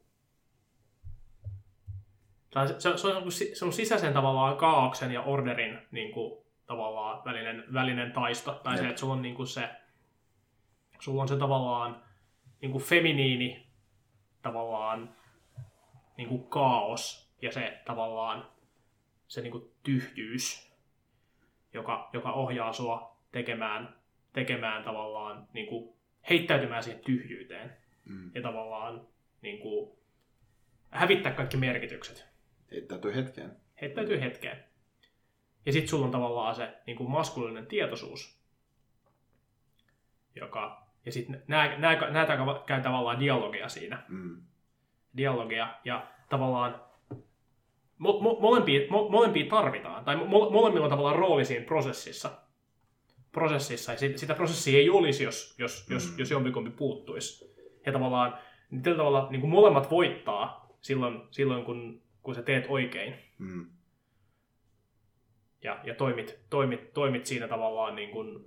Speaker 4: se, se, se on sun sisäisen tavallaan kaaoksen ja orderin niin kuin, tavallaan välinen, välinen taisto. Tai Jep. se, että sulla on niin kuin se... Sulla on se tavallaan... Niin kuin feminiini tavallaan niin kuin kaos ja se tavallaan se niin kuin tyhjyys, joka, joka ohjaa sua tekemään, tekemään tavallaan, niin kuin, heittäytymään siihen tyhjyyteen
Speaker 2: Mm.
Speaker 4: ja tavallaan niin kuin, hävittää kaikki merkitykset.
Speaker 2: Heittäytyy hetkeen.
Speaker 4: Heittäytyy hetkeen. Ja sitten sulla on tavallaan se niin kuin maskuliininen tietoisuus, joka, ja sitten nämä, nämä, nämä käy tavallaan dialogia siinä.
Speaker 2: Mm.
Speaker 4: Dialogia, ja tavallaan mo, mo, molempia, mo, molempia tarvitaan, tai mo, molemmilla on tavallaan rooli siinä prosessissa. prosessissa ja sit, sitä prosessia ei olisi, jos, jos, mm. jos, jos jompikumpi puuttuisi. Ja tavallaan tällä tavalla niin kuin molemmat voittaa silloin, silloin kun, kun sä teet oikein.
Speaker 2: Mm.
Speaker 4: Ja, ja toimit, toimit, toimit siinä tavallaan niin kuin,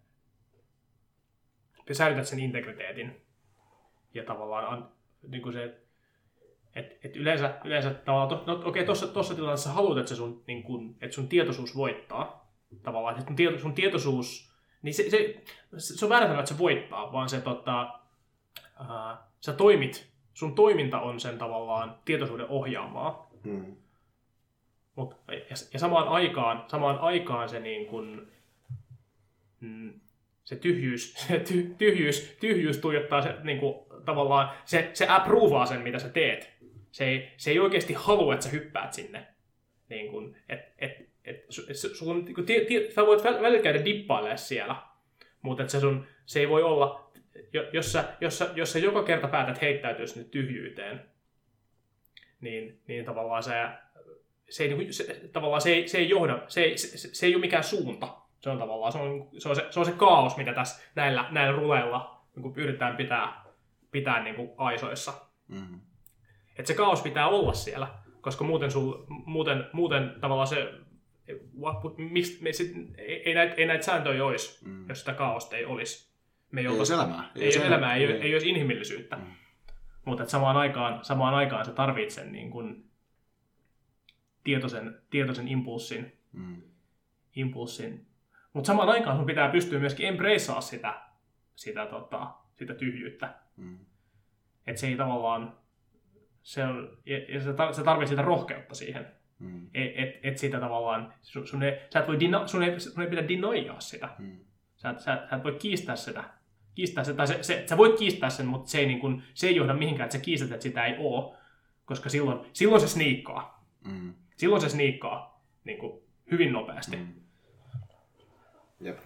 Speaker 4: säilytät sen integriteetin. Ja tavallaan niin kuin se, että et yleensä, yleensä tavallaan, to, no, okei, okay, tuossa, tuossa tilanteessa haluat, että, sun, niin kuin, että sun tietoisuus voittaa. Tavallaan, että sun, tieto, sun tietoisuus, niin se, se, se on väärä, että se voittaa, vaan se, tota, ää, sä toimit, sun toiminta on sen tavallaan tietoisuuden ohjaamaa.
Speaker 2: Mm.
Speaker 4: Mut, ja, ja samaan aikaan, samaan aikaan se, niin kun, mm, se tyhjyys, se ty, tyhjyys, tyhjyys tuijottaa se, niin kun, tavallaan, se, se approvaa sen, mitä sä teet. Se ei, se ei oikeasti halua, että sä hyppäät sinne. Niin kun, et, et, et, sulla on, niin tie, tie, sä voit välillä käydä dippailemaan siellä, mutta se, sun, se ei voi olla, jos sä, jos, sä, jos sä joka kerta päätät heittäytyä sinne tyhjyyteen, niin, niin tavallaan se, se, ei, se, tavallaan se, ei, se ei johda, se ei, se, se ei ole mikään suunta. Se on tavallaan se, on, se, on se, se, on se kaos, mitä tässä näillä, näillä ruleilla niin yritetään pitää, pitää niin kuin aisoissa.
Speaker 2: Mm.
Speaker 4: Että se kaos pitää olla siellä, koska muuten, sul, muuten, muuten tavallaan se, miksi, me sit, ei, ei, näitä, ei näitä sääntöjä olisi, mm. jos sitä kaaosta ei olisi. Me ei,
Speaker 2: ei olisi elämää.
Speaker 4: Ei, ei olisi elämää, ei, ei, ei olisi inhimillisyyttä. Mm. Mutta samaan aikaan, samaan aikaan sä tarvitset sen niin kuin tietoisen, tietoisen impulssin.
Speaker 2: Mm.
Speaker 4: impulssin. Mutta samaan aikaan sun pitää pystyä myöskin embraceaa sitä, sitä, tota, sitä tyhjyyttä. Mm. Että se ei tavallaan, se on, ja se, tar- se tarvitsee sitä rohkeutta siihen. Mm. Et, et, et sitä tavallaan, sun, sun, ei, sä et voi dina, sun, ei, sun ei pidä denoiaa sitä. Mm. Sä, sä, sä et voi kiistää sitä. Kiistää sitä tai se, se, sä voit kiistää sen, mutta se ei, niin kun, se ei johda mihinkään, että sä kiistät, että sitä ei ole. Koska silloin, silloin se sniikkaa. Mm. Silloin se sniikkaa niin kun, hyvin nopeasti. Mm.
Speaker 2: Jep.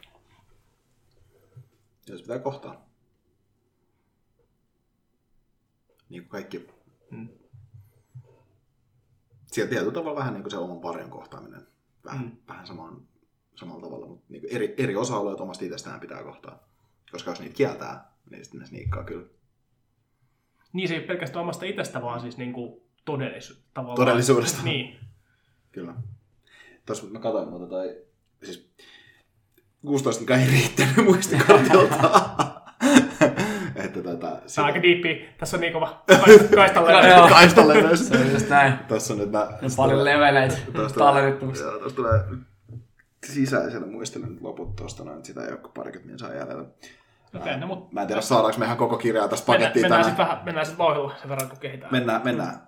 Speaker 2: Ja se pitää kohtaa. Niin kuin kaikki. Mm. Siellä tietyllä tavalla vähän niin kuin se oman varjon kohtaaminen. Vähän, mm. vähän samaan, samalla tavalla, mutta niin kuin eri, eri osa-alueet omasta itsestään pitää kohtaa. Koska jos niitä kieltää, niin sitten ne sniikkaa kyllä.
Speaker 4: Niin se ei pelkästään omasta itsestä, vaan siis niin kuin todellisu- tavallaan.
Speaker 2: Todellisuudesta.
Speaker 4: Niin.
Speaker 2: Kyllä. Tuossa mä katsoin, mutta toi, siis kuusitoista ei riittänyt muistikartilta. Että tätä...
Speaker 4: Tämä on aika diippi. Tässä on niin kova kaistalleveys.
Speaker 2: Kaistalleveys.
Speaker 5: Se on just näin.
Speaker 2: Tässä on nyt mä...
Speaker 5: Paljon leveleitä tallennettavasti.
Speaker 2: Joo, tuossa tulee sisäisellä muistelen loput tuosta noin. Sitä ei ole parikymmentä saa jäljellä.
Speaker 4: Okay, no, mut...
Speaker 2: Mä en tiedä, saadaanko me ihan koko kirjaa tästä pakettiin
Speaker 4: mennään,
Speaker 2: tänään.
Speaker 4: Mennään sitten vähän, mennään sitten vauhdilla sen verran, kun kehitään.
Speaker 2: Mennään, mennään.